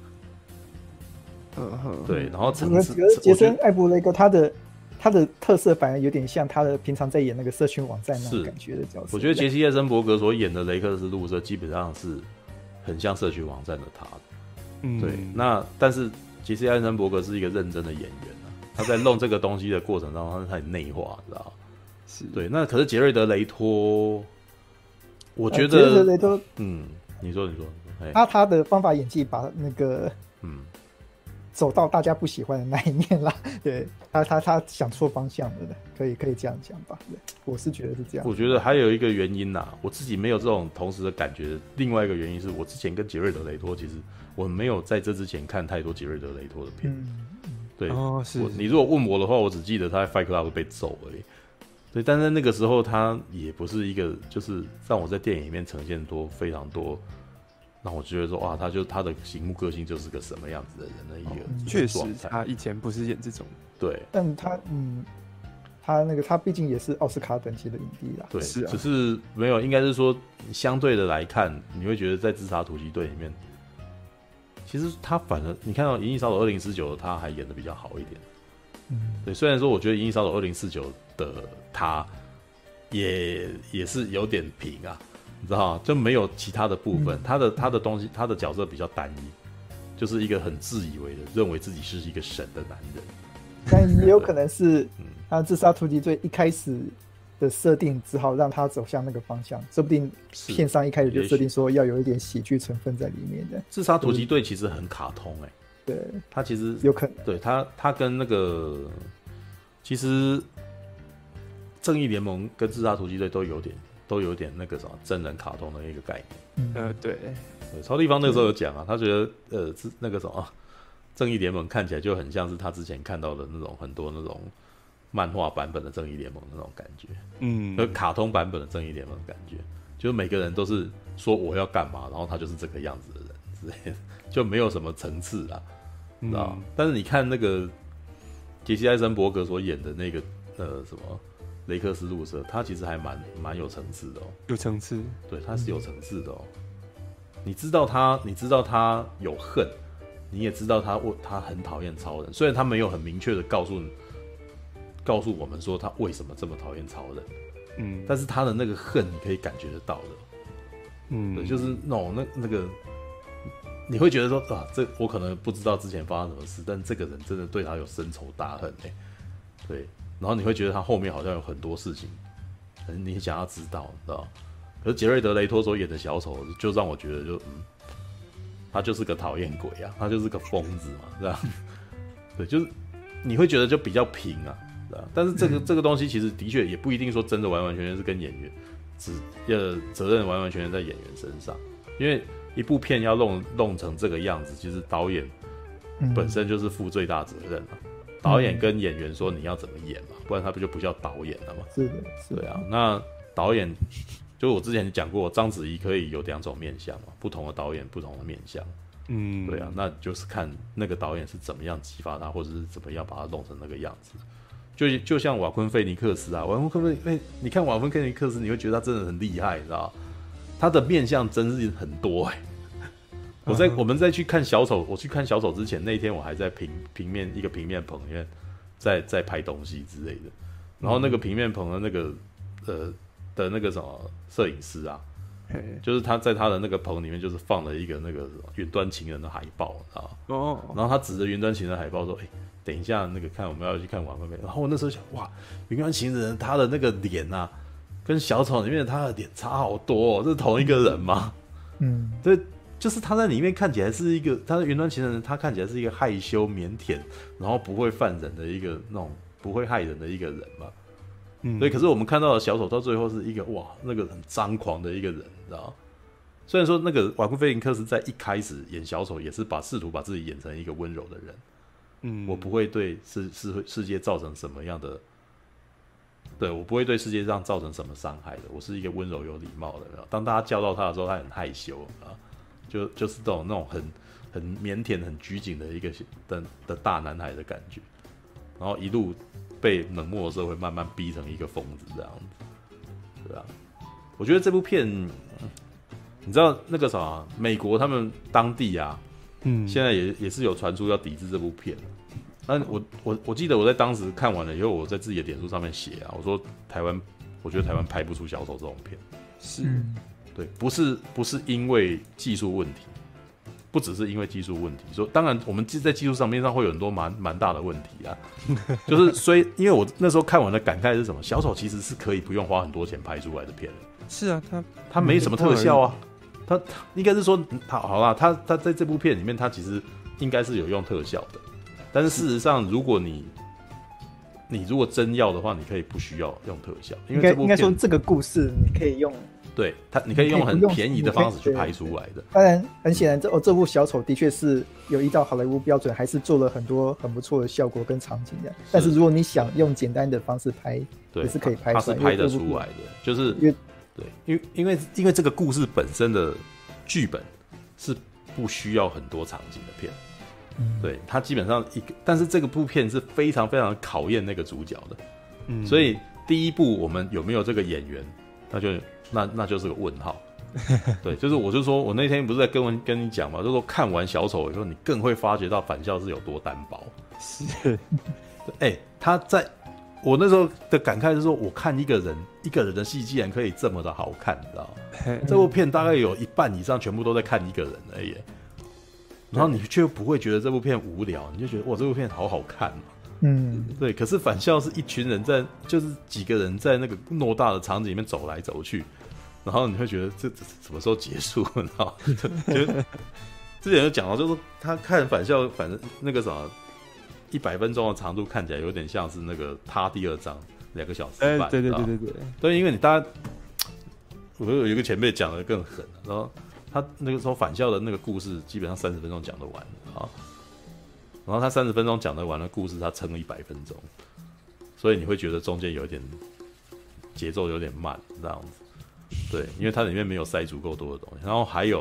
嗯哼，对，然后层次， 杰森·艾伯雷格他的他的特色反而有点像他的平常在演那个社群网站那种感觉的角色。 我觉得杰西·艾森伯格所演的雷克斯·路瑟基本上是很像社群网站的他。嗯，对，那但是。其实艾森伯格是一个认真的演员啊，他在弄这个东西的过程当中，他是很内化，知道吗？是对。那可是杰瑞德雷托，我觉得、呃、杰瑞德雷托，嗯，你说你说， 他他的方法演技把那个嗯走到大家不喜欢的那一面啦，对他他他想错方向了，可以可以这样讲吧？对，我是觉得是这样。 我觉得还有一个原因呐、啊，我自己没有这种同时的感觉。另外一个原因是我之前跟杰瑞德雷托其实。我没有在这之前看太多杰瑞德雷托的片，嗯、对，哦、是是你如果问我的话，我只记得他在 Fight Club 被揍而已。对，但是那个时候他也不是一个，就是让我在电影里面呈现多非常多，让我觉得说哇，他就他的醒目个性就是个什么样子的人的一个确、哦、实，他以前不是演这种， 对， 但他嗯，他那个他毕竟也是奥斯卡等级的影帝啦， 对， 是、啊， 只是没有，应该是说相对的来看，你会觉得在自杀突击队里面。其实他反而，你看到《银翼杀手二零四九》，他还演的比较好一点。嗯，对，虽然说我觉得《银翼杀手二零四九》的他也也是有点平啊，你知道吗？就没有其他的部分，嗯、他的他的东西，他的角色比较单一，就是一个很自以为的，认为自己是一个神的男人。 但也有可能是他自杀突击队一开始的设定只好让他走向那个方向，说不定片商一开始就设定说要有一点喜剧成分在里面的。 自杀突击队其实很卡通哎、欸， 对， 他其实有可能， 对他他跟那个其实正义联盟跟自杀突击队都有点都有点那个什么真人卡通的一个概念。呃，对， 对，超地方那个时候有讲啊，他觉得呃那个什么正义联盟看起来就很像是他之前看到的那种很多那种。漫画版本的正义联盟那种感觉，嗯，和卡通版本的正义联盟的感觉，就是每个人都是说我要干嘛，然后他就是这个样子的人， 之类的，就没有什么层次啊，知道、嗯？但是你看那个杰西·艾森伯格所演的那个呃什么雷克斯·路瑟，他其实还蛮蛮有层次的哦， 有层次， 对，他是有层次的哦。你知道他，你知道他有恨，你也知道他他很讨厌超人，虽然他没有很明确的告诉告诉我们说他为什么这么讨厌超人，嗯，但是他的那个恨你可以感觉得到的，嗯，对，就是那种那那个，你会觉得说啊，这我可能不知道之前发生什么事，但这个人真的对他有深仇大恨哎、欸，对，然后你会觉得他后面好像有很多事情，你想要知道，你知道？可是杰瑞德·雷托所演的小丑，就让我觉得就嗯，他就是个讨厌鬼啊，他就是个疯子嘛，这样，对，就是你会觉得就比较平啊，对吧？但是这个、嗯、这个东西其实的确也不一定说真的完完全全是跟演员，只呃责任完完全全在演员身上，因为一部片要弄弄成这个样子，其实导演本身就是负最大责任啊。嗯、导演跟演员说你要怎么演嘛，不然他不就不叫导演了嘛？ 是的，是的。 对啊，那导演。就我之前讲过，章子怡可以有两种面向嘛，不同的导演不同的面向，嗯，对啊，那就是看那个导演是怎么样激发他，或者是怎么样把他弄成那个样子。就就像瓦昆菲尼克斯啊，瓦昆菲，你看瓦昆菲尼克斯，你会觉得他真的很厉害，你知道吗？他的面向真是很多哎、欸。我在、uh huh. 我们在去看小丑，我去看小丑之前那一天，我还在平平面一个平面棚里面在在拍东西之类的，然后那个平面棚的那个呃。的那个什么摄影师啊，就是他在他的那个棚里面，就是放了一个那个云端情人的海报啊，哦，然后他指着云端情人的海报说：“哎、欸，等一下，那个看我们要去看晚会没？”然后我那时候想，哇，云端情人他的那个脸啊，跟小丑里面的他的脸差好多哦，这是同一个人吗？嗯，对，就是他在里面看起来是一个，他的云端情人，他看起来是一个害羞腼腆，然后不会犯人的一个那种不会害人的一个人嘛。嗯，对，可是我们看到的小丑到最后是一个哇，那个很张狂的一个人，你知道吗？虽然说那个瓦昆菲尼克斯在一开始演小丑也是把试图把自己演成一个温柔的人，嗯，我不会对世世世界造成什么样的，对我不会对世界上造成什么伤害的，我是一个温柔有礼貌的人。当大家叫到他的时候，他很害羞啊，就就是这种那种很很腼腆、很拘谨的一个 的, 的大男孩的感觉，然后一路。被冷漠的社会慢慢逼成一个疯子这样子，对啊，我觉得这部片，你知道那个啥，美国他们当地啊，嗯，现在也也是有传出要抵制这部片。但我我我记得我在当时看完了以后，我在自己的脸书上面写啊，我说台湾，我觉得台湾拍不出小丑这种片， 是， 对，不是不是因为技术问题。不只是因为技术问题，说当然我们在技术上面上会有很多蛮蛮大的问题啊，就是所以因为我那时候看完的感慨是什么？小丑其实是可以不用花很多钱拍出来的片的。 是啊，他他没什么特效啊，他他应该是说他好啦，他他在这部片里面他其实应该是有用特效的，但是事实上如果你你如果真要的话，你可以不需要用特效，因为这部片应该说这个故事你可以用。 对他，你可以用很便宜的方式去拍出来的。 当然，很显然这哦，这部小丑的确是有依照好莱坞标准，还是做了很多很不错的效果跟场景的。但是如果你想用简单的方式拍， 对， 也是可以拍出来， 它是拍得出来的。就是因为对，因为因为因为这个故事本身的剧本是不需要很多场景的片，嗯、对，它基本上一个，但是这个部片是非常非常考验那个主角的，嗯，所以第一部我们有没有这个演员，那就。那那就是个问号，对，就是我就说我那天不是在跟跟你讲嘛，就是说看完小丑以后，你更会发觉到返校是有多单薄。 是， 哎、欸，他在我那时候的感慨是说，我看一个人一个人的戏，竟然可以这么的好看，你知道吗？这部片大概有一半以上全部都在看一个人而已，然后你却不会觉得这部片无聊，你就觉得哇，这部片好好看、啊。嗯，对。可是返校是一群人在，就是几个人在那个偌大的场景里面走来走去。然后你会觉得这这什么时候结束？你知道？就之前就讲到，就是说他看返校，反正那个什么一百分钟的长度看起来有点像是那个他第二章两个小时半。 哎，对对对对对。 对，因为你大家，我有一个前辈讲的更狠，然后他那个时候返校的那个故事，基本上三十分钟讲得完了啊。然后他三十分钟讲得完的故事，他撑了一百分钟，所以你会觉得中间有一点节奏有点慢这样子。对，因为它里面没有塞足够多的东西，然后还有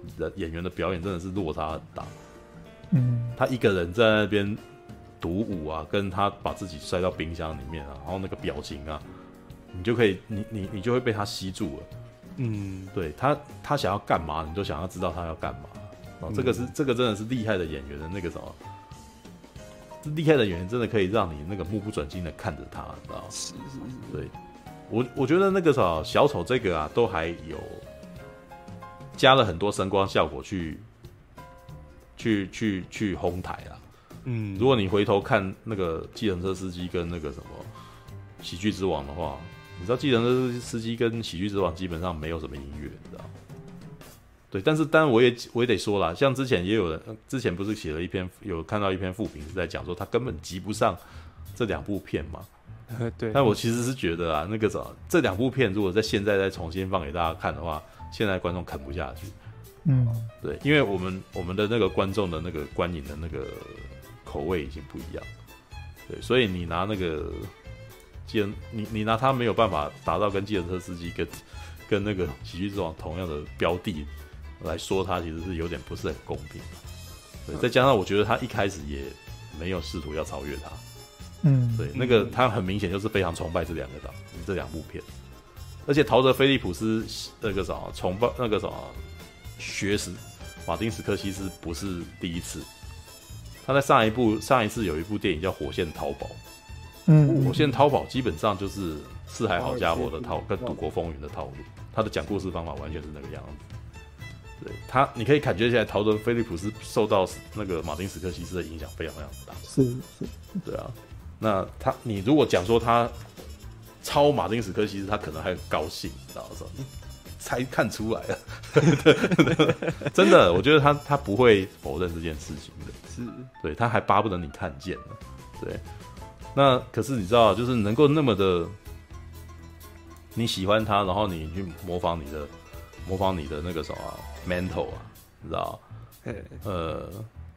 的演员的表演真的是落差很大。 嗯， 他一个人在那边独舞啊，跟他把自己塞到冰箱里面啊，然后那个表情啊，你就可以，你你你就会被他吸住了。 嗯， 对他，他想要干嘛，你就想要知道他要干嘛。哦，这个是、嗯、这个真的是厉害的演员的那个什么，厉害的演员真的可以让你那个目不转睛的看着他，你知道吗？ 是是是。 对，我我觉得那个啥小丑这个啊，都还有加了很多声光效果去去去去哄台啦。嗯，如果你回头看那个计程车司机跟那个什么喜剧之王的话，你知道计程车司机跟喜剧之王基本上没有什么音乐，你知道吗？对，但是当然我也我也得说啦，像之前也有人，之前不是写了一篇，有看到一篇负评是在讲说他根本及不上这两部片嘛。 对。 但我其实是觉得啊，那个啥，这两部片如果在现在再重新放给大家看的话，现在观众啃不下去。 嗯， 对，因为我们我们的那个观众的那个观影的那个口味已经不一样。对，所以你拿那个，既然你你拿他没有办法达到跟计程车司机跟跟那个喜剧之王同样的标的来说，他其实是有点不是很公平。对，再加上我觉得他一开始也没有试图要超越他。 嗯， 对，那个他很明显就是非常崇拜这两个导这两部片，而且陶德菲利普斯那个啥崇拜那个啥学识马丁史科西斯不是第一次，他在上一部上一次有一部电影叫《火线逃跑》， 嗯， 火线逃跑基本上就是四海好家伙的套跟赌国风云的套路，他的讲故事方法完全是那个样子。对他，你可以感觉起来，陶德菲利普斯受到那个马丁史科西斯的影响非常非常大。 是是， 对啊。那他，你如果讲说他超马丁史科西斯，他可能还很高兴，你知道吗？你才看出来了，真的，我觉得他他不会否认这件事情的， 是， 对，他还巴不得你看见了，对。那可是你知道，就是能够那么的你喜欢他，然后你去模仿你的模仿你的那个什么 mental 啊，你知道？呃，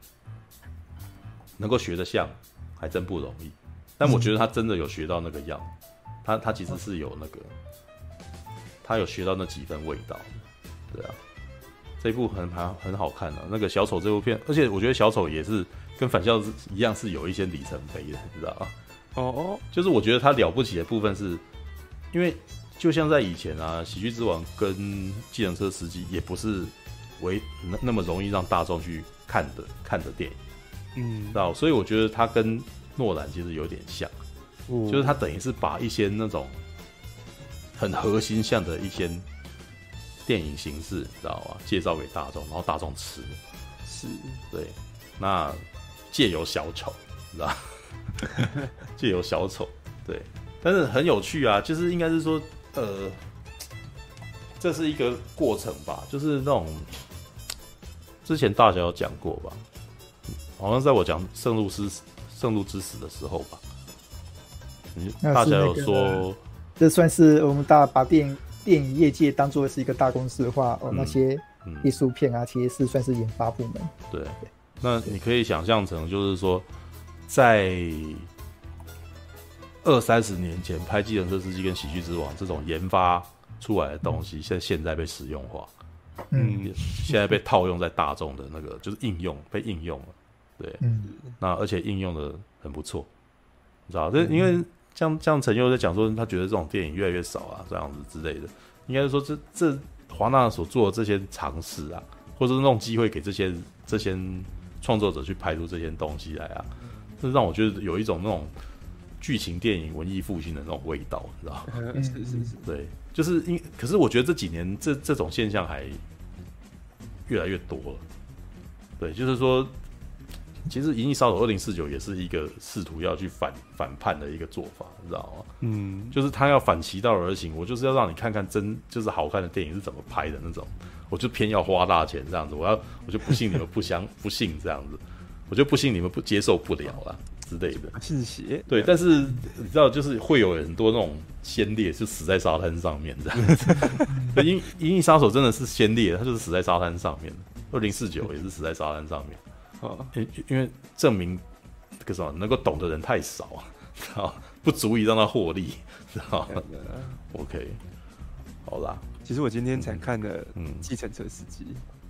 能够学得像，还真不容易。但我觉得他真的有学到那个样，他他其实是有那个，他有学到那几分味道，对啊。这一部很很很好看啊，那个小丑这部片，而且我觉得小丑也是跟返校一样是有一些里程碑的，你知道吗？ 哦哦， 就是我觉得他了不起的部分是，因为就像在以前啊，喜剧之王跟计程车司机也不是为那那么容易让大众去看的看的电影，嗯，知道，所以我觉得他跟诺兰其实有点像，哦、就是他等于是把一些那种很核心向的一些电影形式，你知道吗？介绍给大众，然后大众吃， 是， 对，那借由小丑，你知道，借由小丑，对，但是很有趣啊，就是应该是说，呃，这是一个过程吧，就是那种之前大家有讲过吧，好像在我讲圣路之圣路之死的时候吧，大家有说、那個， 这算是我们大把电影电影业界当作是一个大公司的话，哦，那些艺术片啊，其实是算是研发部门。 对，那你可以想象成就是说，在二三十年前拍《计程车司机》跟《喜剧之王》这种研发出来的东西，现在现在被实用化，嗯，现在被套用在大众的那个就是应用被应用了，对，嗯，那而且应用的很不错，你知道，这因为像像陈佑在讲说，他觉得这种电影越来越少啊，这样子之类的，应该是说这这华纳所做的这些尝试啊，或者是那种机会给这些这些创作者去拍出这些东西来啊，这让我觉得有一种那种剧情电影文艺复兴的那种味道，你知道吗？ 是是是， 对，就是因可是我觉得这几年这这种现象还越来越多了，对，就是说。其实《银翼杀手二零四九》也是一个试图要去反反叛的一个做法，你知道吗？嗯，就是他要反其道而行，我就是要让你看看真就是好看的电影是怎么拍的那种，我就偏要花大钱这样子，我要我就不信你们不相不信这样子，我就不信你们不接受不了啦之类的。 信邪对，但是你知道，就是会有很多那种先烈就死在沙滩上面这样子。银银翼杀手真的是先烈，他就是死在沙滩上面。二零四九也是死在沙滩上面。因因为证明这个什么能够懂的人太少啊，不足以让他获利，知道吗 ？OK， 好啦。 其实我今天才看了《计程车司机》，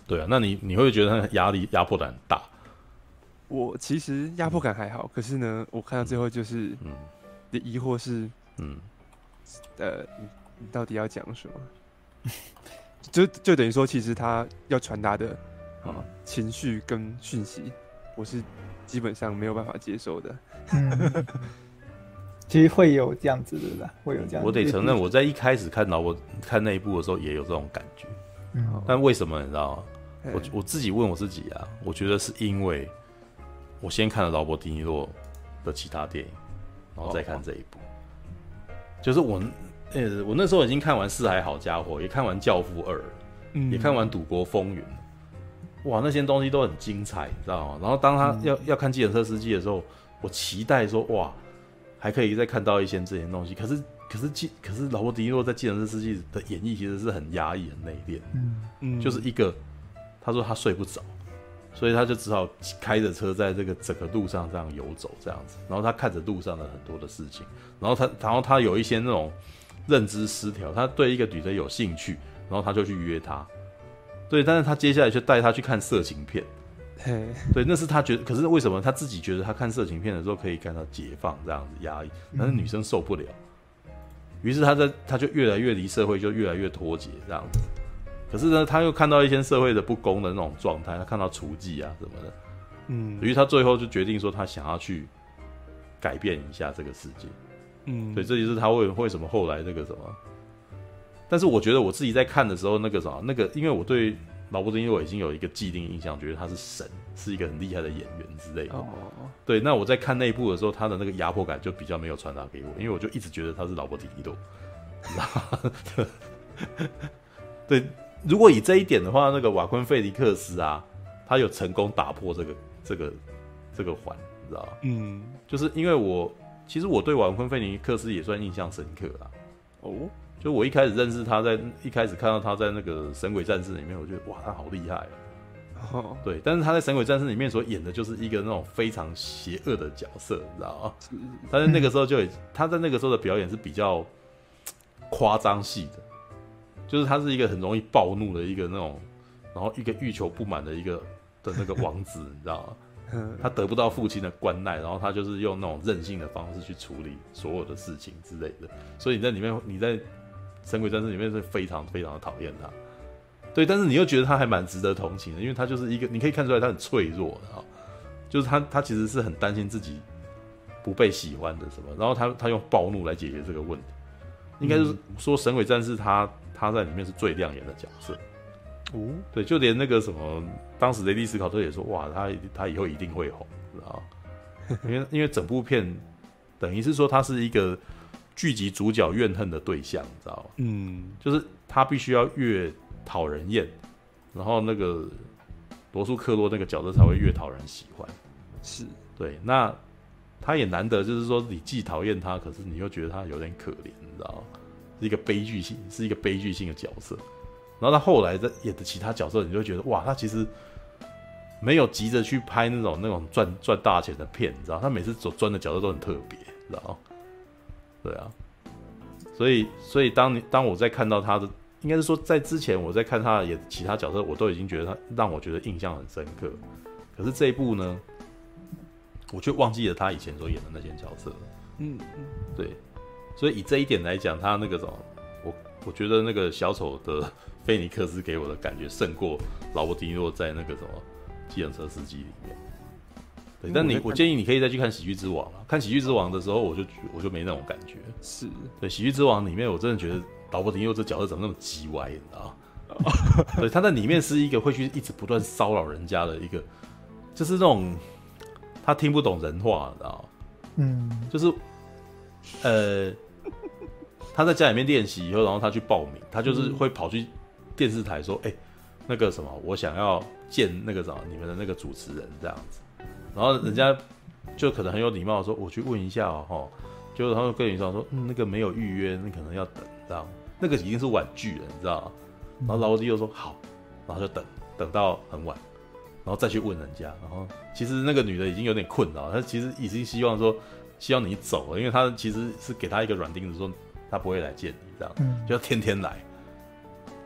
对啊，那你你会觉得压力压迫感很大？ 我其实压迫感还好，可是呢，我看到最后就是嗯的疑惑是嗯呃你你到底要讲什么？就就等于说，其实他要传达的啊情绪跟讯息，我是基本上没有办法接受的。 嗯，其实会有这样子的啦，会有这样子。 我得承认，我在一开始看到我看那一部的时候也有这种感觉。嗯，但为什么你知道吗？我我自己问我自己啊，我觉得是因为我先看了劳勃·迪尼洛的其他电影，然后再看这一部。哦、就是我，呃，我那时候已经看完《四海好家伙》，也看完《教父二》，嗯，也看完《赌国风云》。哇，那些东西都很精彩，你知道吗？然后当他要、嗯、要看计程车司机的时候，我期待说，哇，还可以再看到一些这些东西。可是，可是计，可是劳勃·迪尼洛在计程车司机的演绎其实是很压抑、很内敛，嗯嗯，就是一个，他说他睡不着。所以他就只好开着车在这个整个路上这样游走，这样子。然后他看着路上的很多的事情，然后他，然后他有一些那种认知失调，他对一个女的有兴趣，然后他就去约她。对，但是他接下来就带她去看色情片。对，那是他觉得，可是为什么他自己觉得他看色情片的时候可以感到解放这样子压抑，但是女生受不了。于是他在他就越来越离社会，就越来越脱节这样子。可是呢，他又看到一些社会的不公的那种状态，他看到雏妓啊什么的，嗯，于是他最后就决定说，他想要去改变一下这个世界，嗯，所以这就是他为为什么后来那个什么。但是我觉得我自己在看的时候，那个什么，那个因为我对劳勃·迪尼洛已经有一个既定印象，觉得他是神，是一个很厉害的演员之类的。哦，对，那我在看那一部的时候，他的那个压迫感就比较没有传达给我，因为我就一直觉得他是劳勃·迪尼洛，你知道吗？对。如果以这一点的话，那个瓦昆费尼克斯啊，他有成功打破这个这个这个环，你知道吗？嗯，就是因为我其实我对瓦昆费尼克斯也算印象深刻啦。哦，就我一开始认识他在，在一开始看到他在那个《神鬼战士》里面，我觉得哇，他好厉害啊。哦，对，但是他在《神鬼战士》里面所演的就是一个那种非常邪恶的角色，你知道吗？但是那个时候就他在那个时候的表演是比较夸张系的。就是他是一个很容易暴怒的一个那种，然后一个欲求不满的一个的那个王子，你知道吗？他得不到父亲的关爱，然后他就是用那种任性的方式去处理所有的事情之类的。所以你在里面，你在《神鬼战士》里面是非常非常的讨厌他，对，但是你又觉得他还蛮值得同情的，因为他就是一个，你可以看出来他很脆弱的啊，就是他他其实是很担心自己不被喜欢的什么，然后他他用暴怒来解决这个问题。应该是说《神鬼战士》他他在里面是最亮眼的角色，哦，对，就连那个什么，当时雷利·斯考特也说，哇，他他以后一定会红，知道吗？因为因为整部片等于是说他是一个聚集主角怨恨的对象，你知道吗？嗯，就是他必须要越讨人厌，然后那个罗素克洛那个角色才会越讨人喜欢，是对。那他也难得，就是说你既讨厌他，可是你又觉得他有点可怜，你知道吗？是一个悲剧性，是一个悲剧性的角色。然后他后来在演的其他角色，你就会觉得哇，他其实没有急着去拍那种那种赚赚大钱的片，你知道？他每次所钻的角色都很特别，知道吗？对啊，所以所以当你当我在看到他的，应该是说在之前我在看他的演其他角色，我都已经觉得他让我觉得印象很深刻。可是这一部呢，我却忘记了他以前所演的那些角色了。嗯嗯，对。所以以这一点来讲，他那个什么，我我觉得那个小丑的菲尼克斯给我的感觉胜过劳勃·迪尼洛在那个什么计程车司机里面。对，但你我建议你可以再去看《喜剧之王》啊。看《喜剧之王》的时候，我就我就没那种感觉。是对，《喜剧之王》里面我真的觉得劳勃·迪尼洛这角色怎么那么鸡歪，你知道吗？对，他在里面是一个会去一直不断骚扰人家的一个，就是那种他听不懂人话，你知道吗？嗯，就是呃。他在家里面练习以后，然后他去报名，他就是会跑去电视台说：“哎、欸，那个什么，我想要见那个什么你们的那个主持人这样子。”然后人家就可能很有礼貌的说：“我去问一下哦。哦”就他们跟你说说：“嗯，那个没有预约，你可能要等这样。”那个已经是婉拒了，你知道吗？然后劳勃迪又说：“好。”然后就等等到很晚，然后再去问人家。然后其实那个女的已经有点困扰，她其实已经希望说希望你走了，因为她其实是给她一个软钉子说。他不会来见你，这样，嗯、就要天天来。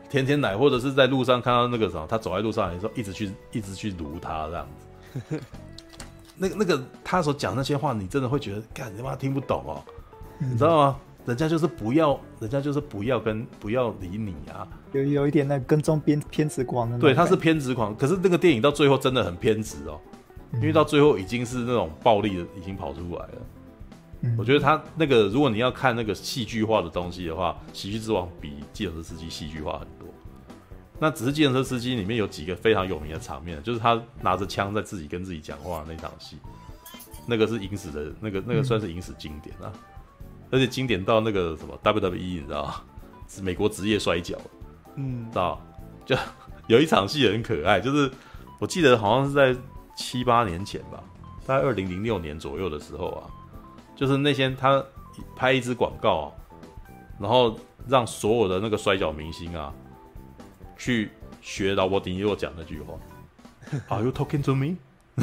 甜甜奶，或者是在路上看到那个什么，他走在路上的时候，一直去一直去撸他这样子。那个那个他所讲那些话，你真的会觉得，干你他妈听不懂哦，嗯、你知道吗？人家就是不要，人家就是不要跟不要理你啊。 有有一点那跟踪偏偏执狂的。 对，他是偏执狂，可是那个电影到最后真的很偏执哦，因为到最后已经是那种暴力的已经跑出来了。嗯、我觉得他那个，如果你要看那个戏剧化的东西的话，《喜剧之王》比《计程车司机》戏剧化很多。那只是《计程车司机》里面有几个非常有名的场面，就是他拿着枪在自己跟自己讲话的那场戏，那个是影史的，那个那个算是影史经典啊，嗯、而且经典到那个什么 W W E， 你知道吗？是美国职业摔跤，嗯，知道？就有一场戏很可爱，就是我记得好像是在七八年前吧，大概二零零六年左右的时候啊，就是那些他拍一支广告、啊，然后让所有的那个摔跤明星啊。去学劳勃·迪尼洛讲那句话 ，Are you talking to me?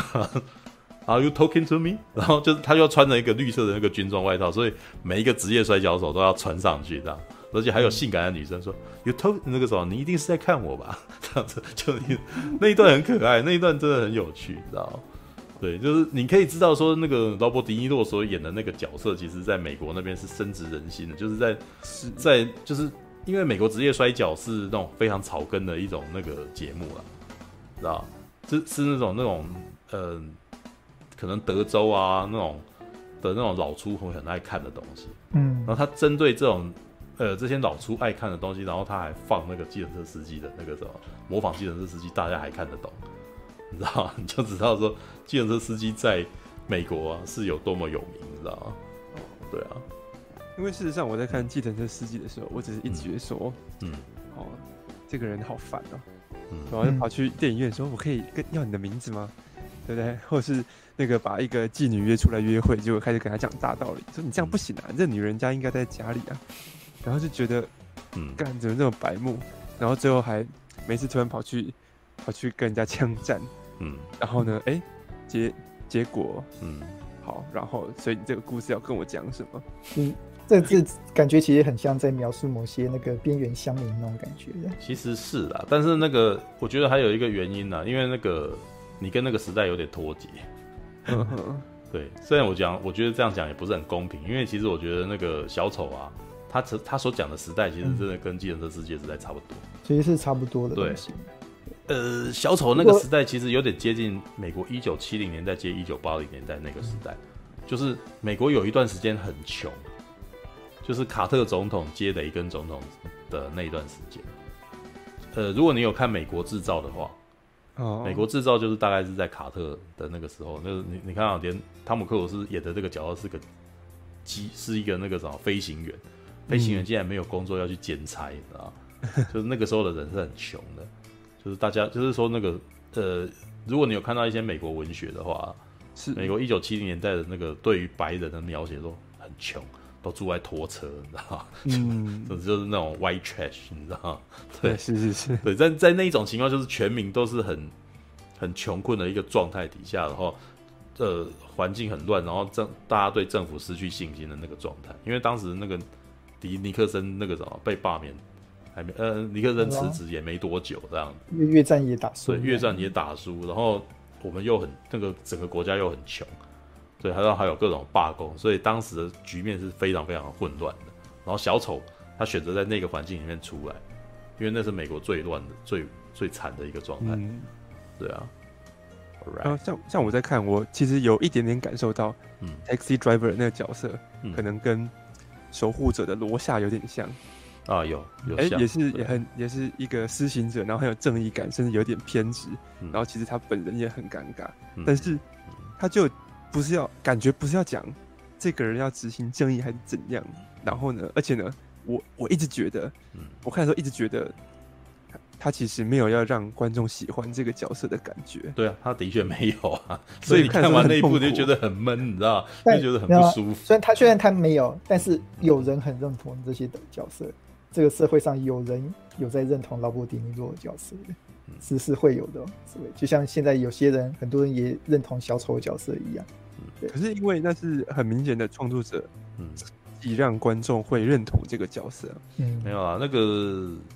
Are you talking to me? 然后就是他就穿着一个绿色的那个军装外套，所以每一个职业摔跤手都要穿上去这样，而且还有性感的女生说 "You talk 那个什么，你一定是在看我吧？"这样子就那一段很可爱，那一段真的很有趣，知道吗？对，就是你可以知道说那个劳勃·迪尼洛所演的那个角色，其实在美国那边是深植人心的，就是在在就是。因为美国职业摔跤是那种非常草根的一种那个节目啦，知道？是是那种那种呃，可能德州啊那种的那种老粗会很爱看的东西。嗯，然后他针对这种呃这些老粗爱看的东西，然后他还放那个计程车司机的那个什么模仿计程车司机，大家还看得懂，你知道吗？你就知道说计程车司机在美国啊是有多么有名，你知道吗？对啊。 因为事实上，我在看计程车司机的时候，我只是一直觉得说，嗯，哦，这个人好烦哦，嗯，然后就跑去电影院说，我可以跟要你的名字吗？对不对？或者是那个把一个妓女约出来约会，结果开始跟他讲大道理，说你这样不行啊，这女人家应该在家里啊，然后就觉得，嗯，干怎么这么白目？然后最后还每次突然跑去跑去跟人家枪战，嗯，然后呢，哎，结结果，嗯，好，然后所以你这个故事要跟我讲什么？ 嗯。这字感觉其实很像在描述某些那个边缘乡民那种感觉的。 其实是啦，但是那个我觉得还有一个原因啦，因为那个你跟那个时代有点脱节。对，虽然我讲，我觉得这样讲也不是很公平，因为其实我觉得那个小丑啊，他他所讲的时代其实真的跟计程车世界时代差不多， 其实是差不多的东西。 呃，小丑那个时代其实有点接近美国一九七零年代接一九八零年代那个时代，就是美国有一段时间很穷。就是卡特总统接雷根总统的那一段时间，呃，如果你有看《美国制造》的话，哦，《美国制造》就是大概是在卡特的那个时候，那个你你看啊，连汤姆克鲁斯演的这个角色是个机，是一个那个什么飞行员，飞行员竟然没有工作要去兼差，你知道吗？就是那个时候的人是很穷的，就是大家就是说那个呃，如果你有看到一些美国文学的话，是美国一九七零年代的那个对于白人的描写都很穷。都住在拖车，你知道吗？嗯，就是那种 white trash， 你知道吗？ 对，是是是， 对，在在那一种情况，就是全民都是很很穷困的一个状态底下，然后呃环境很乱，然后政大家对政府失去信心的那个状态。因为当时那个迪尼克森那个什么被罢免，还没呃尼克森辞职也没多久，这样子。 越战也打输， 对，越战也打输，然后我们又很那个整个国家又很穷。对，还有还有各种罢工，所以当时的局面是非常非常混乱的。然后小丑他选择在那个环境里面出来，因为那是美国最乱的、最最惨的一个状态。嗯、对啊。 然后像像我在看，我其实有一点点感受到，嗯 ，Taxi Driver 那个角色、嗯、可能跟守护者的罗夏有点像。 啊，有有像， 哎，也是也很也是一个施行者，然后很有正义感，甚至有点偏执。嗯、然后其实他本人也很尴尬，嗯、但是他就。不是要感觉不是要讲这个人要执行正义还是怎样，然后呢，而且呢，我我一直觉得，嗯、我看的时候一直觉得他，他其实没有要让观众喜欢这个角色的感觉。 对啊，他的确没有啊，所以你看完那一部你就觉得很闷，你知道，就觉得很不舒服。 虽然他虽然他没有，但是有人很认同这些的角色，这个社会上有人有在认同劳勃·迪尼洛的角色的。是是会有的，是会就像现在有些人，很多人也认同小丑的角色一样。 可是因为那是很明显的创作者，嗯，以让观众会认同这个角色。 嗯，没有啊，那个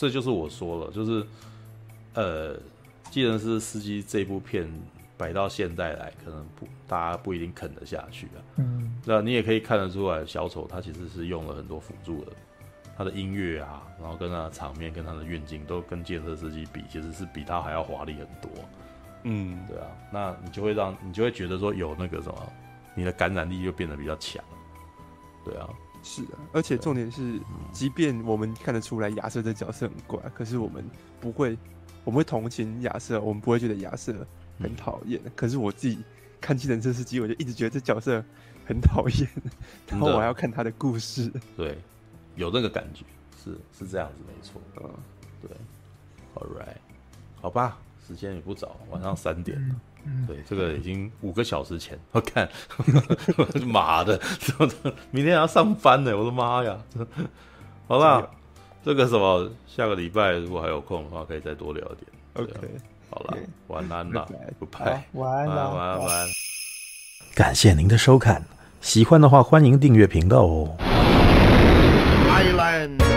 这就是我说了，就是呃，计程车司机这部片摆到现代来，可能不大家不一定啃得下去啊。 嗯， 那你也可以看得出来，小丑他其实是用了很多辅助的，他的音乐啊，然后跟他的场面、跟他的运镜，都跟计程车司机比，其实是比他还要华丽很多。 嗯， 对啊，那你就会让你就会觉得说有那个什么，你的感染力就变得比较强。对啊， 是啊，而且重点是，即便我们看得出来亚瑟这角色很怪，可是我们不会，我们会同情亚瑟，我们不会觉得亚瑟很讨厌。嗯、可是我自己看计程车司机，我就一直觉得这角色很讨厌，然后我还要看他的故事。 对，有那个感觉，是是这样子，没错。 嗯， 对 ，All right， 好吧。时间也不早，晚上三点了。嗯、对，这个已经五个小时前，我看，妈的，明天还要上班呢，我的妈呀！好啦，这个什么，下个礼拜如果还有空的话，可以再多聊一点。 OK， 好啦，晚安啦，拜拜， 晚安， 晚安，晚安。 感谢您的收看，喜欢的话欢迎订阅频道哦。 Island